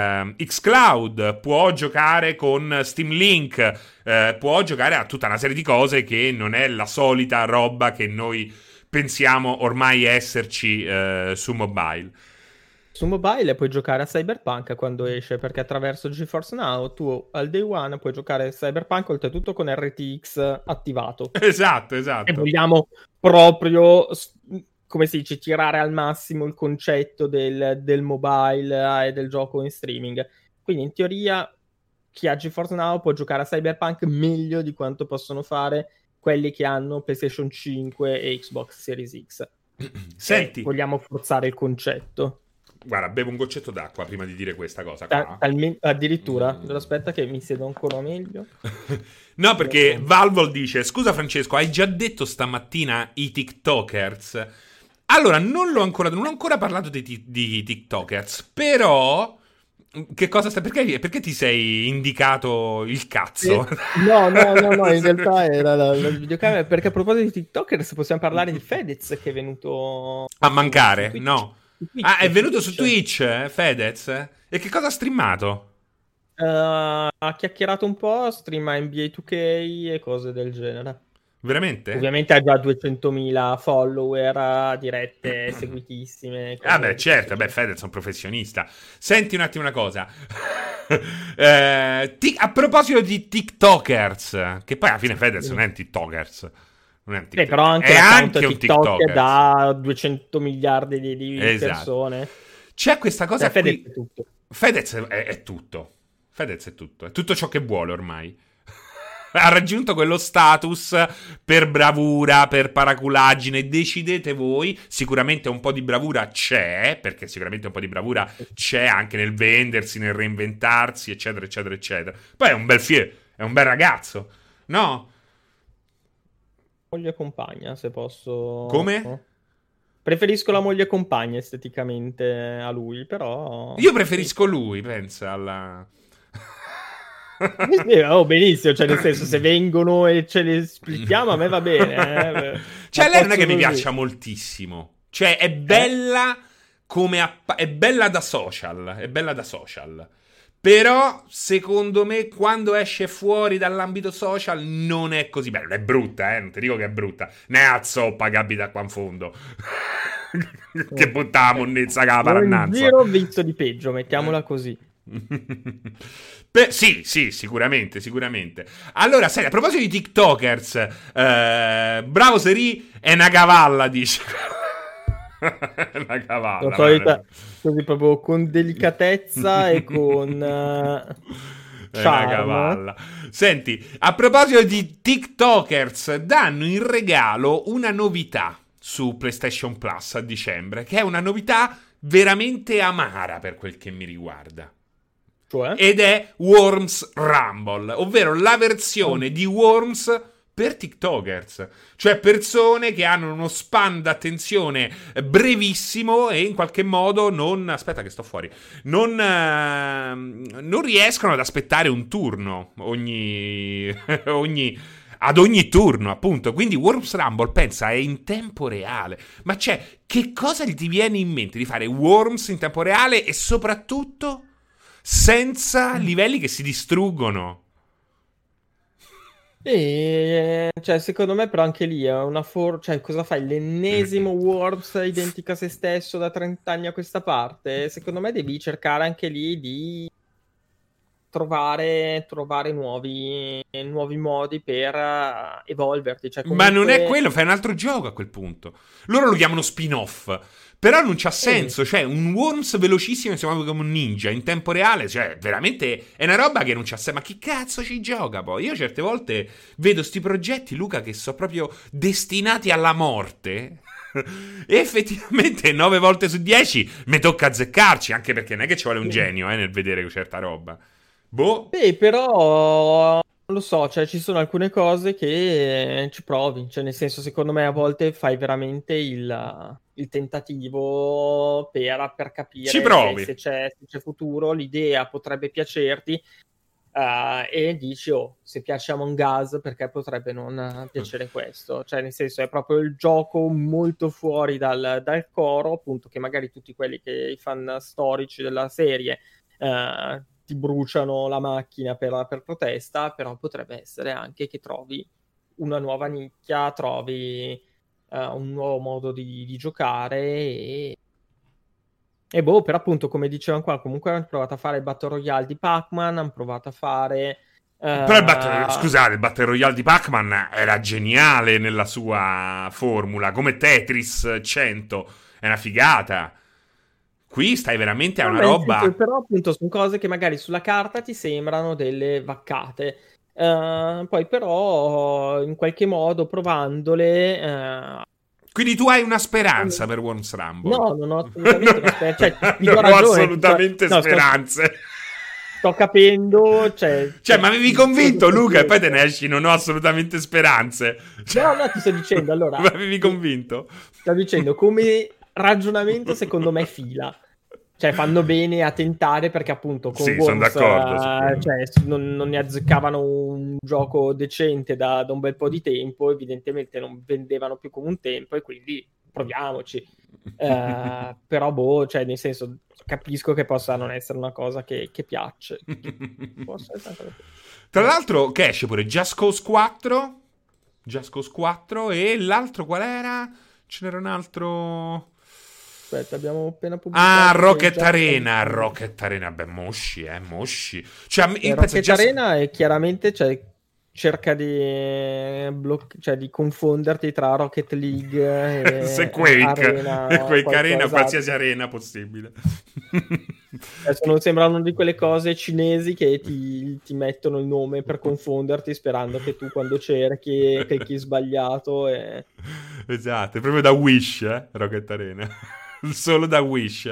xCloud, può giocare con Steam Link, può giocare a tutta una serie di cose che non è la solita roba che noi pensiamo ormai esserci su mobile. Su mobile puoi giocare a Cyberpunk quando esce, perché attraverso GeForce Now tu al day one puoi giocare a Cyberpunk, oltretutto con RTX attivato. Esatto, E esatto. vogliamo proprio, come si dice, tirare al massimo il concetto del mobile e del gioco in streaming. Quindi in teoria chi ha GeForce Now può giocare a Cyberpunk meglio di quanto possono fare quelli che hanno PlayStation 5 e Xbox Series X. Senti, Vogliamo forzare il concetto. guarda, bevo un goccetto d'acqua prima di dire questa cosa qua. Addirittura, aspetta che mi siedo ancora meglio. No, perché Valvol dice: scusa Francesco, hai già detto stamattina i TikTokers? Allora, non ho ancora parlato di TikTokers, però che cosa sta? Perché ti sei indicato il cazzo? No, in realtà era la videocamera, perché a proposito di TikTokers possiamo parlare di Fedez che è venuto A mancare? su No. Twitch, Ah, è venuto su Twitch, Fedez? E che cosa ha streamato? Ha chiacchierato un po', streama NBA 2K e cose del genere. Veramente? Ovviamente ha già 200.000 follower, dirette seguitissime. Ah cose beh, di certo, questo beh, Fedez è un professionista. Senti un attimo una cosa. A proposito di TikTokers, che poi alla fine Fedez non è un TikTokers. Non è un TikToker. Però anche è l'account anche un TikTok TikToker. da 200 miliardi di Esatto. persone. C'è questa cosa Cioè, qui. Fedez è tutto. Fedez è tutto. Fedez è tutto. È tutto ciò che vuole ormai. Ha raggiunto quello status per bravura, per paraculaggine. Decidete voi. Sicuramente un po' di bravura c'è, perché sicuramente un po' di bravura c'è anche nel vendersi, nel reinventarsi, eccetera, eccetera, eccetera. Poi è un è un bel ragazzo, no? Moglie compagna, se posso. Come? Preferisco la moglie compagna esteticamente a lui, però. Io preferisco lui, pensa alla. Oh, benissimo, cioè nel senso se vengono e ce le splittiamo a me va bene. Cioè lei non è che mi così. piaccia moltissimo. Cioè è bella come è bella da social, è bella da social. Però secondo me quando esce fuori dall'ambito social non è così bella. È brutta, non ti dico che è brutta. Ne a zoppa che abita qua in fondo. Che butta la monnezza che la In parannanza. giro visto di peggio, mettiamola così. Sì, sicuramente, sicuramente. Allora, sai, a proposito di TikTokers, bravo Seri è una cavalla, dice. Una cavalla. Così proprio con delicatezza e con Una cavalla. Senti, a proposito di TikTokers, danno in regalo una novità su PlayStation Plus a dicembre, che è una novità veramente amara per quel che mi riguarda. Cioè? Ed è Worms Rumble, ovvero la versione di Worms per TikTokers, cioè persone che hanno uno span d'attenzione brevissimo e in qualche modo non riescono ad aspettare un turno ad ogni turno, appunto. Quindi Worms Rumble, pensa, è in tempo reale. Ma che cosa ti viene in mente di fare Worms in tempo reale e soprattutto senza livelli che si distruggono? Cioè, secondo me, però, anche lì è una cioè, cosa fai? L'ennesimo Worms identica a se stesso da 30 anni a questa parte? Secondo me devi cercare anche lì di trovare nuovi modi per evolverti. Cioè, Ma non è comunque... quello, fai un altro gioco a quel punto. Loro lo chiamano spin-off. Però non c'ha senso, cioè un Worms velocissimo che si muove come un ninja in tempo reale, cioè veramente è una roba che non c'ha senso. Ma chi cazzo ci gioca poi? Io certe volte vedo sti progetti, Luca, che sono proprio destinati alla morte. E effettivamente 9 volte su 10 mi tocca azzeccarci, anche perché non è che ci vuole un genio nel vedere certa roba. Boh. Beh, però non lo so, cioè ci sono alcune cose che ci provi, cioè nel senso secondo me a volte fai veramente il tentativo per Ci capire provi. se c'è futuro, l'idea potrebbe piacerti e dici oh, se piace Among Us perché potrebbe non piacere questo, cioè nel senso è proprio il gioco molto fuori dal coro, appunto che magari tutti quelli che i fan storici della serie ti bruciano la macchina per protesta, però potrebbe essere anche che trovi una nuova nicchia, trovi un nuovo modo di giocare e boh, però appunto come dicevano qua, comunque hanno provato a fare il Battle Royale di Pac-Man, hanno provato a fare... Però scusate, il Battle Royale di Pac-Man era geniale nella sua formula, come Tetris 100, è una figata. Qui stai veramente a No, una ma nel senso, roba. però appunto sono cose che magari sulla carta ti sembrano delle vaccate. Poi però in qualche modo provandole Quindi tu hai una speranza per Worms Rumble? no, non ho assolutamente una speranza. Cioè, ti do Non ho ragione. assolutamente No, speranze. sto capendo. Cioè, Ma avevi convinto, Luca, e poi te ne esci, non ho assolutamente speranze. No, ti sto dicendo, allora. Ma avevi convinto? Sto dicendo, come ragionamento, secondo me fila. Cioè, fanno bene a tentare perché appunto con Sì, sono Worms d'accordo su quello. cioè, non ne azzeccavano un gioco decente da un bel po' di tempo, evidentemente non vendevano più come un tempo e quindi proviamoci. Però boh, cioè nel senso capisco che possa non essere una cosa che piace. Possa essere una cosa che... Tra l'altro, che esce pure Just Cause 4. Just Cause 4 e l'altro qual era? Ce n'era un altro... Aspetta, abbiamo appena pubblicato. Ah, Rocket Arena. Rocket Arena, beh, mosci. Cioè, io penso Rocket Arena è chiaramente, cioè, cerca di confonderti tra Rocket League se e Quake, Arena, Quake Arena, qualcosa. qualsiasi arena possibile. Adesso sembrano di quelle cose cinesi che ti mettono il nome per confonderti sperando che tu quando cerchi clicchi sbagliato Esatto, è proprio da Wish, Rocket Arena. Solo da Wish.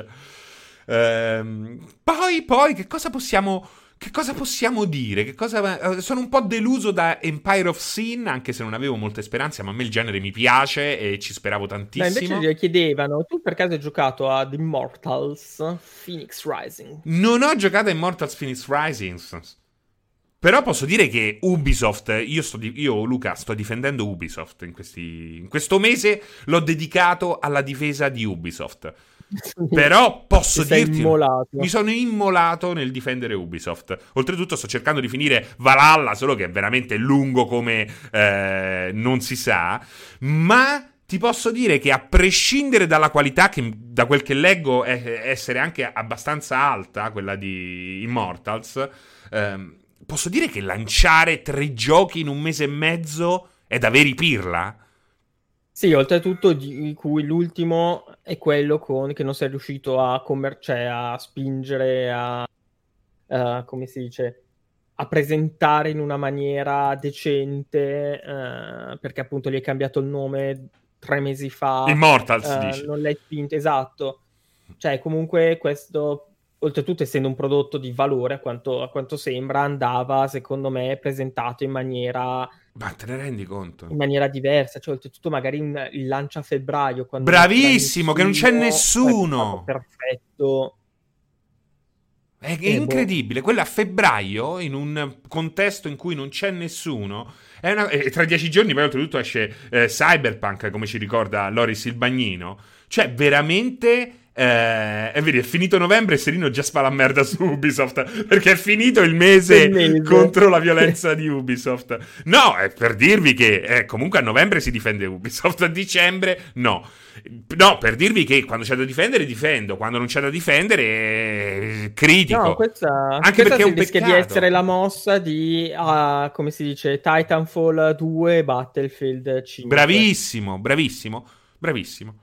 Poi che cosa possiamo dire? Sono un po' deluso da Empire of Sin, anche se non avevo molte speranze, ma a me il genere mi piace e ci speravo Ma tantissimo. invece gli chiedevano, tu per caso hai giocato ad Immortals Phoenix Rising? Non ho giocato a Immortals Phoenix Rising, però posso dire che Ubisoft, io Luca sto difendendo Ubisoft in questo mese l'ho dedicato alla difesa di Ubisoft. Però posso dirti, mi sono immolato nel difendere Ubisoft. Oltretutto sto cercando di finire Valhalla, solo che è veramente lungo come non si sa. Ma ti posso dire che a prescindere dalla qualità, che da quel che leggo essere anche abbastanza alta, quella di Immortals, posso dire che lanciare 3 giochi in un mese e mezzo è da veri pirla? Sì, oltretutto di cui l'ultimo è quello che non sei riuscito cioè a spingere, come si dice, a presentare in una maniera decente, perché appunto gli hai cambiato il nome 3 mesi fa. Immortals, dici? Non l'hai spinto, esatto. Cioè, comunque questo, oltretutto essendo un prodotto di valore, a quanto sembra, andava, secondo me, presentato in maniera... Ma te ne rendi conto? in maniera diversa, cioè oltretutto magari il lancio a febbraio quando Bravissimo, che non c'è nessuno. Perfetto. È incredibile, quello a febbraio, in un contesto in cui non c'è nessuno, e tra 10 giorni poi oltretutto esce Cyberpunk, come ci ricorda Loris il Bagnino, cioè veramente E vedi, è finito novembre e Serino già spara merda su Ubisoft perché è finito il mese mese. contro la violenza di Ubisoft. No, è per dirvi che comunque a novembre si difende Ubisoft, a dicembre no. No, per dirvi che quando c'è da difendere difendo, quando non c'è da difendere critico. No, questa Anche perché è un rischia di peccato. essere la mossa di, come si dice, Titanfall 2 Battlefield 5. Bravissimo, bravissimo, bravissimo.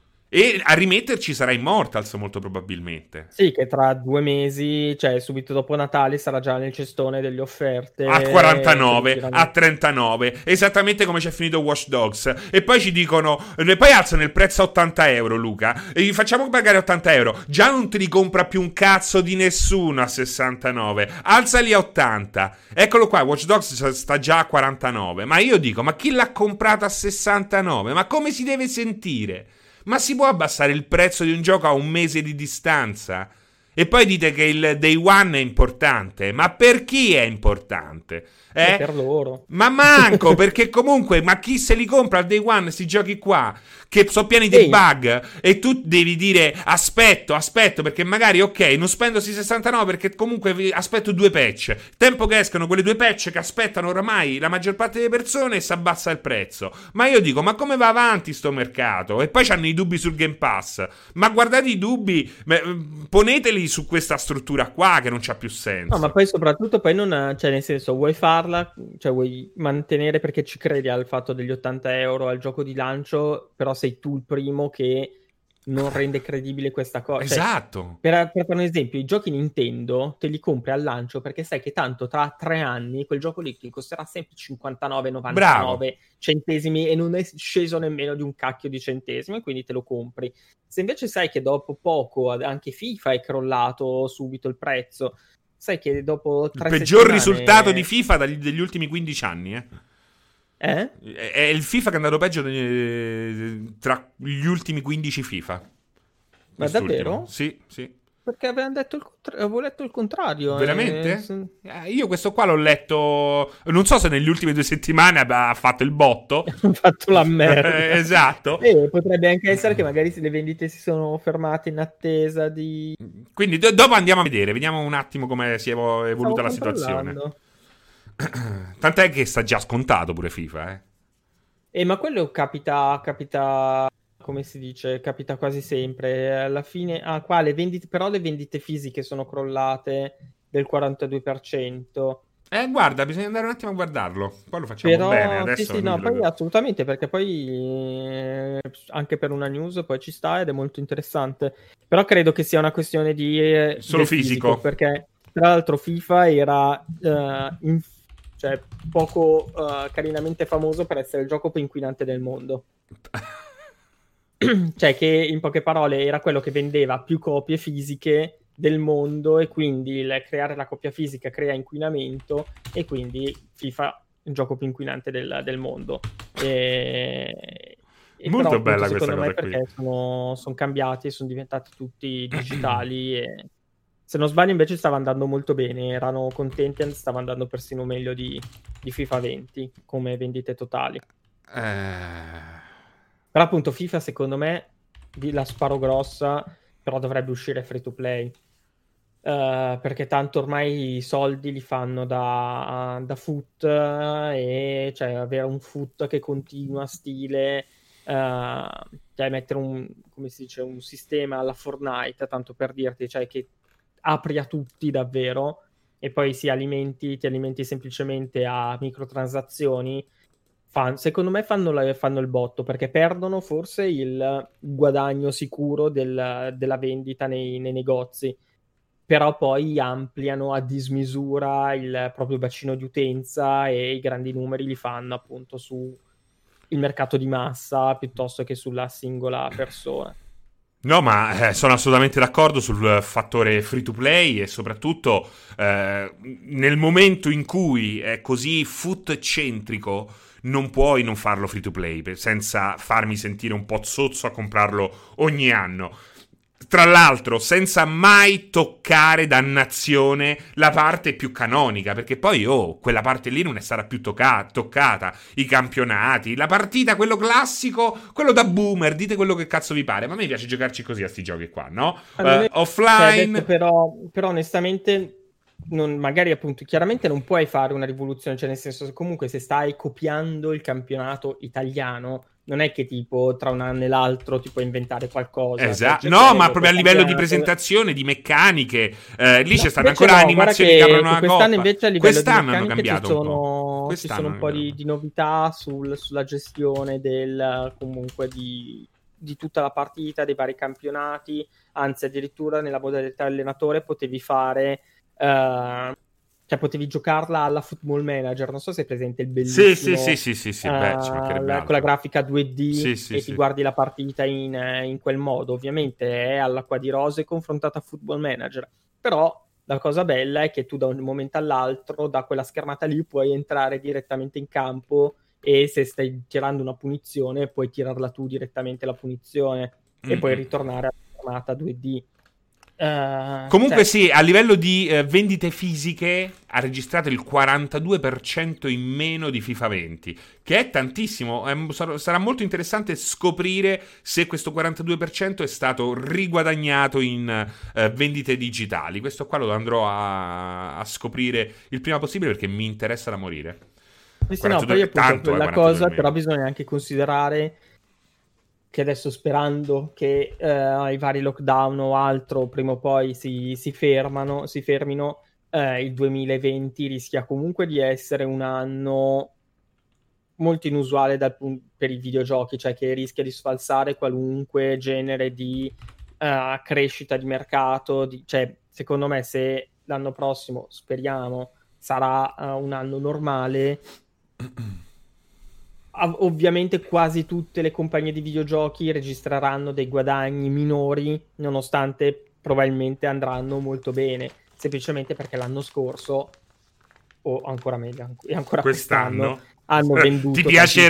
E a rimetterci sarà Immortals molto probabilmente. Sì, che tra 2 mesi, cioè subito dopo Natale, sarà già nel cestone delle offerte. A che 49, girano. a 39, esattamente come c'è finito Watch Dogs. E poi ci dicono, e poi alzano il prezzo a 80 euro, Luca. E gli facciamo pagare 80 euro. Già non te li compra più un cazzo di nessuno a 69. Alzali a 80. Eccolo qua, Watch Dogs sta già a 49. Ma io dico, ma chi l'ha comprato a 69? Ma come si deve sentire? Ma si può abbassare il prezzo di un gioco a un mese di distanza? E poi dite che il day one è importante. Ma per chi è importante? Per loro. Ma manco, perché comunque, ma chi se li compra al day one questi giochi qua? Che sono pieni di bug. E tu devi dire, aspetto, perché magari, ok, non spendo questi 69 perché comunque aspetto 2 patch. Tempo che escano quelle 2 patch che aspettano oramai la maggior parte delle persone e si abbassa il prezzo. Ma io dico, ma come va avanti sto mercato? E poi c'hanno i dubbi sul Game Pass. Ma guardate i dubbi, poneteli su questa struttura qua che non c'ha più senso. No, ma poi soprattutto poi non, cioè nel senso, vuoi farla, cioè vuoi mantenere perché ci credi al fatto degli 80 euro al gioco di lancio, però sei tu il primo che non rende credibile questa cosa. Esatto. Cioè, per fare un esempio, i giochi Nintendo te li compri al lancio perché sai che tanto tra 3 anni quel gioco lì ti costerà sempre 59,99 Bravo. centesimi e non è sceso nemmeno di un cacchio di centesimi, quindi te lo compri. Se invece sai che dopo poco anche FIFA è crollato subito il prezzo, sai che dopo 3 Il peggior settimane... risultato di FIFA degli ultimi 15 anni, Eh? È il FIFA che è andato peggio tra gli ultimi 15 FIFA. Ma davvero? Sì, sì. Perché avevano detto avevo letto il contrario. Veramente? Io questo qua l'ho letto. Non so se nelle ultime 2 settimane ha fatto il botto. Hanno fatto la merda. Esatto. Potrebbe anche essere che magari le vendite si sono fermate in attesa di... Quindi dopo andiamo a vedere. Vediamo un attimo come si è evoluta la Stavo situazione. controllando. Tant'è che sta già scontato pure FIFA, Ma quello capita, come si dice, capita quasi sempre. Alla fine, qua le vendite, però le vendite fisiche sono crollate del 42%. Guarda, bisogna andare un attimo a guardarlo. Poi lo facciamo Però, bene. Adesso sì, no, poi assolutamente, perché poi anche per una news poi ci sta ed è molto interessante. Però credo che sia una questione di solo del fisico, perché tra l'altro FIFA era cioè, poco carinamente famoso per essere il gioco più inquinante del mondo. Cioè che in poche parole era quello che vendeva più copie fisiche del mondo e quindi creare la copia fisica crea inquinamento e quindi FIFA è il gioco più inquinante del mondo. E molto però, bella appunto, questa secondo me cosa qui. perché sono cambiati e sono diventati tutti digitali e se non sbaglio invece stava andando molto bene, erano contenti e stava andando persino meglio di FIFA 20 come vendite totali. Però appunto FIFA secondo me la sparo grossa, però dovrebbe uscire free to play. Perché tanto ormai i soldi li fanno da foot e cioè avere un foot che continua stile cioè mettere come si dice, un sistema alla Fortnite, tanto per dirti, cioè che apri a tutti davvero e poi ti alimenti semplicemente a microtransazioni. Secondo me fanno il botto perché perdono forse il guadagno sicuro della vendita nei negozi, però poi ampliano a dismisura il proprio bacino di utenza e i grandi numeri li fanno appunto su il mercato di massa piuttosto che sulla singola persona. No, ma sono assolutamente d'accordo sul fattore free to play e soprattutto nel momento in cui è così foot centrico non puoi non farlo free to play senza farmi sentire un po' zozzo a comprarlo ogni anno. Tra l'altro, senza mai toccare, dannazione, la parte più canonica, perché poi, quella parte lì non ne sarà più toccata. I campionati, la partita, quello classico, quello da boomer, dite quello che cazzo vi pare, ma a me piace giocarci così a sti giochi qua, no? Offline... però onestamente... magari appunto chiaramente non puoi fare una rivoluzione, cioè nel senso comunque se stai copiando il campionato italiano non è che tipo tra un anno e l'altro ti puoi inventare qualcosa. Esatto, cioè, no, ma proprio a livello di presentazione, di meccaniche, lì c'è stanno ancora animazioni che aprono una quest'anno coppa. invece a livello Quest'anno di hanno meccaniche cambiato ci sono un po' di novità sulla gestione comunque di tutta la partita, dei vari campionati, anzi addirittura nella modalità allenatore potevi fare cioè potevi giocarla alla Football Manager, non so se è presente il bellissimo sì, con la grafica 2D sì, ti guardi la partita in quel modo. Ovviamente è all'acqua di rose confrontata a Football Manager, però la cosa bella è che tu da un momento all'altro da quella schermata lì puoi entrare direttamente in campo e se stai tirando una punizione puoi tirarla tu direttamente la punizione e poi ritornare alla schermata 2D. Comunque sì, a livello di vendite fisiche ha registrato il 42% in meno di FIFA 20, che è tantissimo. Sarà molto interessante scoprire se questo 42% è stato riguadagnato in vendite digitali. Questo qua lo andrò a scoprire il prima possibile perché mi interessa da morire. Sì, no, poi appunto la cosa però bisogna anche considerare che adesso sperando che i vari lockdown o altro prima o poi si fermino, il 2020 rischia comunque di essere un anno molto inusuale per i videogiochi, cioè che rischia di sfalsare qualunque genere di crescita di mercato, cioè secondo me se l'anno prossimo, speriamo, sarà un anno normale, ovviamente quasi tutte le compagnie di videogiochi registreranno dei guadagni minori, nonostante probabilmente andranno molto bene, semplicemente perché l'anno scorso, o ancora meglio, e ancora quest'anno hanno venduto. Ti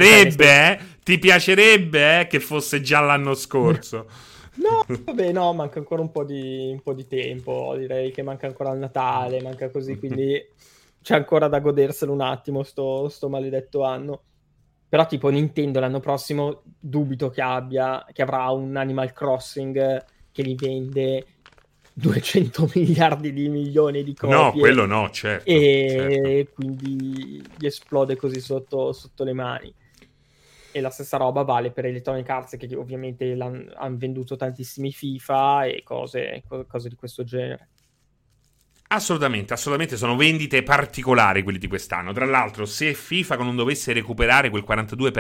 piacerebbe che fosse già l'anno scorso? No, vabbè, no, manca ancora un po' di tempo, direi che manca ancora il Natale, manca così, quindi c'è ancora da goderselo un attimo sto maledetto anno. Però tipo Nintendo l'anno prossimo dubito che avrà un Animal Crossing che li vende 200 miliardi di milioni di copie. No, quello no, certo. E quindi gli esplode così sotto le mani. E la stessa roba vale per Electronic Arts, che ovviamente hanno venduto tantissimi FIFA e cose di questo genere. Assolutamente, sono vendite particolari quelli di quest'anno. Tra l'altro, se FIFA non dovesse recuperare quel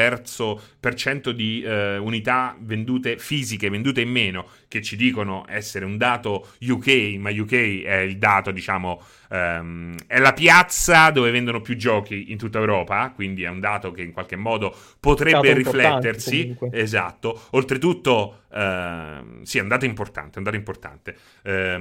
42% di unità vendute fisiche, vendute in meno, che ci dicono essere un dato UK, ma UK è il dato, diciamo, è la piazza dove vendono più giochi in tutta Europa, quindi è un dato che in qualche modo potrebbe riflettersi. Esatto. Oltretutto, sì, è un dato importante, è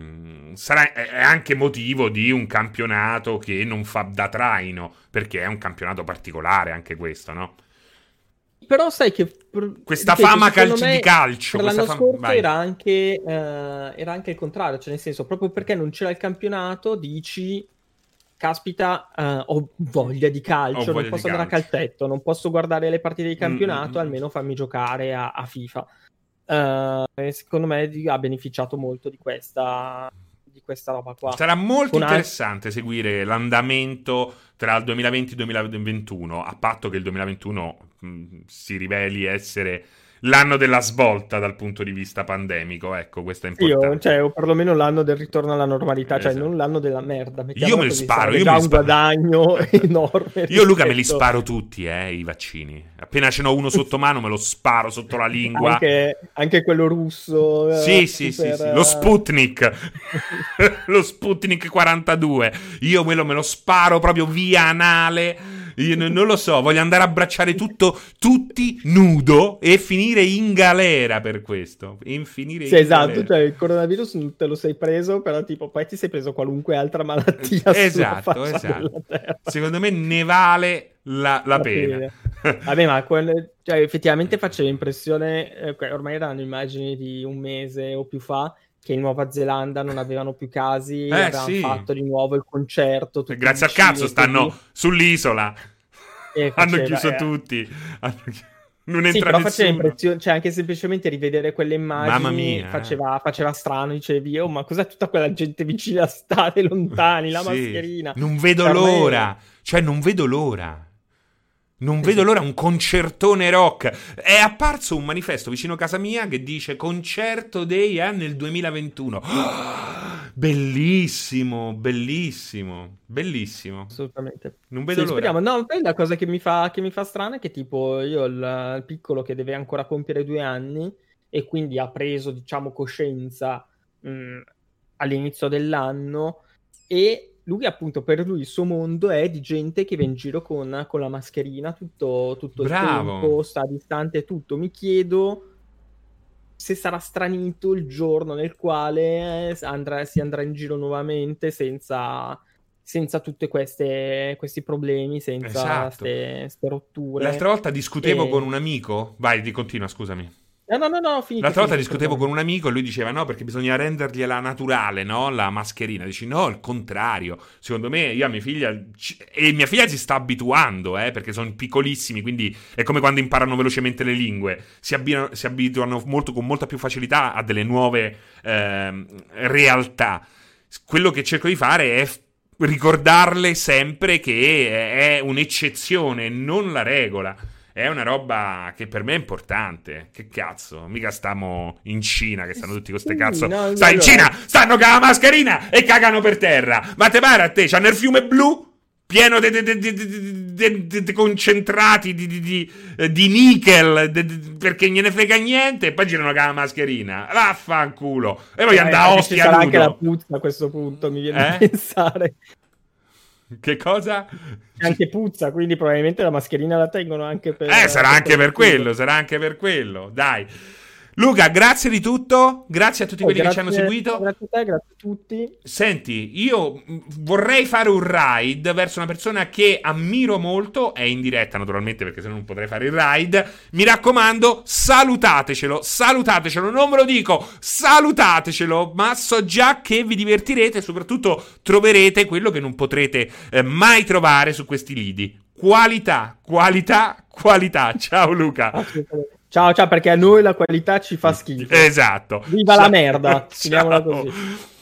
anche motivo di un campionato che non fa da traino, perché è un campionato particolare anche questo, no? Però sai che questa fama di calcio per l'anno scorso era anche il contrario, cioè nel senso proprio perché non c'era il campionato dici caspita, ho voglia di calcio, non posso andare a calcetto, non posso guardare le partite di campionato, almeno fammi giocare a FIFA. Secondo me ha beneficiato molto di questa roba qua. Sarà molto interessante seguire l'andamento tra il 2020 e il 2021, a patto che il 2021 si riveli essere l'anno della svolta dal punto di vista pandemico. Ecco, questo è importante. O perlomeno l'anno del ritorno alla normalità, cioè non l'anno della merda. Io me li sparo, un guadagno enorme. Io, Luca, me li sparo tutti, i vaccini. Appena ce n'ho uno sotto mano me lo sparo sotto la lingua. Anche quello russo. Sì. Lo Sputnik. Lo Sputnik 42. Io quello me lo sparo proprio via anale. Io non lo so, voglio andare a abbracciare tutti nudo e finire in galera per questo. Esatto, cioè il coronavirus non te lo sei preso, però tipo poi ti sei preso qualunque altra malattia. Esatto. Secondo me ne vale la pena. Vabbè, ma cioè, effettivamente faceva impressione, ormai erano immagini di un mese o più fa, che in Nuova Zelanda non avevano più casi, avevano Sì. fatto di nuovo il concerto, tutti Grazie al vicini cazzo e così, stanno sull'isola. e Hanno faceva... chiuso tutti. Non Sì, entra però faceva nessuno. impressione, cioè anche semplicemente rivedere quelle Mamma immagini mia, eh. faceva strano, dicevi, oh, ma cos'è tutta quella gente vicina, state lontani, la Sì, mascherina. non vedo Per me... l'ora. Cioè, non vedo l'ora. Non Sì, vedo sì. l'ora, un concertone rock. È apparso un manifesto vicino a casa mia che dice Concerto Day nel 2021. Bellissimo, bellissimo, bellissimo. Assolutamente. Non vedo Sì, l'ora. speriamo. No, poi la cosa che mi fa strano è che tipo io ho il piccolo che deve ancora compiere 2 anni e quindi ha preso, diciamo, coscienza mh, all'inizio dell'anno e lui appunto per lui il suo mondo è di gente che va in giro con la mascherina tutto il Bravo. tempo, sta distante e tutto. Mi chiedo se sarà stranito il giorno nel quale si andrà in giro nuovamente senza tutti questi problemi, senza Esatto. ste L'altra rotture. volta discutevo con E... un amico. Vai, continua, scusami. No, no, no, no, finite, L'altra volta finite, discutevo con perdonami. un amico e lui diceva no, perché bisogna rendergliela naturale, no? La mascherina. Dici no, il contrario. Secondo me, io a mia figlia... E mia figlia si sta abituando, perché sono piccolissimi, quindi è come quando imparano velocemente le lingue. Si abituano molto, con molta più facilità a delle nuove realtà. Quello che cerco di fare è ricordarle sempre che è un'eccezione, non la regola. È una roba che per me è importante. Che cazzo? Mica stiamo in Cina che stanno tutti con ste Sì, cazzo. no, Sta in allora, Cina, stanno con la mascherina e cagano per terra. Ma te pare a te? C'hanno il fiume blu pieno di concentrati di nickel perché gliene frega niente e poi girano con la mascherina. Vaffanculo. E voglio andare a anche ci ostia sarà anche la nudo. puzza a questo punto, mi viene da Eh? pensare. Che cosa? C'è anche puzza, quindi probabilmente la mascherina la tengono anche per Sarà anche quel per motivo. quello, sarà anche per quello. Dai. Luca, grazie di tutto. Grazie a tutti quelli che ci hanno Grazie, seguito. grazie a te, grazie a tutti. Senti, io vorrei fare un ride verso una persona che ammiro molto, è in diretta naturalmente perché se no non potrei fare il ride. Mi raccomando, salutatecelo, salutatecelo, non ve lo dico, salutatecelo, ma so già che vi divertirete e soprattutto troverete quello che non potrete mai trovare su questi lidi. Qualità, qualità, qualità. Ciao Luca. Assolutamente. Ciao, ciao, perché a noi la qualità ci fa schifo. Esatto. Viva la Ciao. merda, finiamola Ciao. così.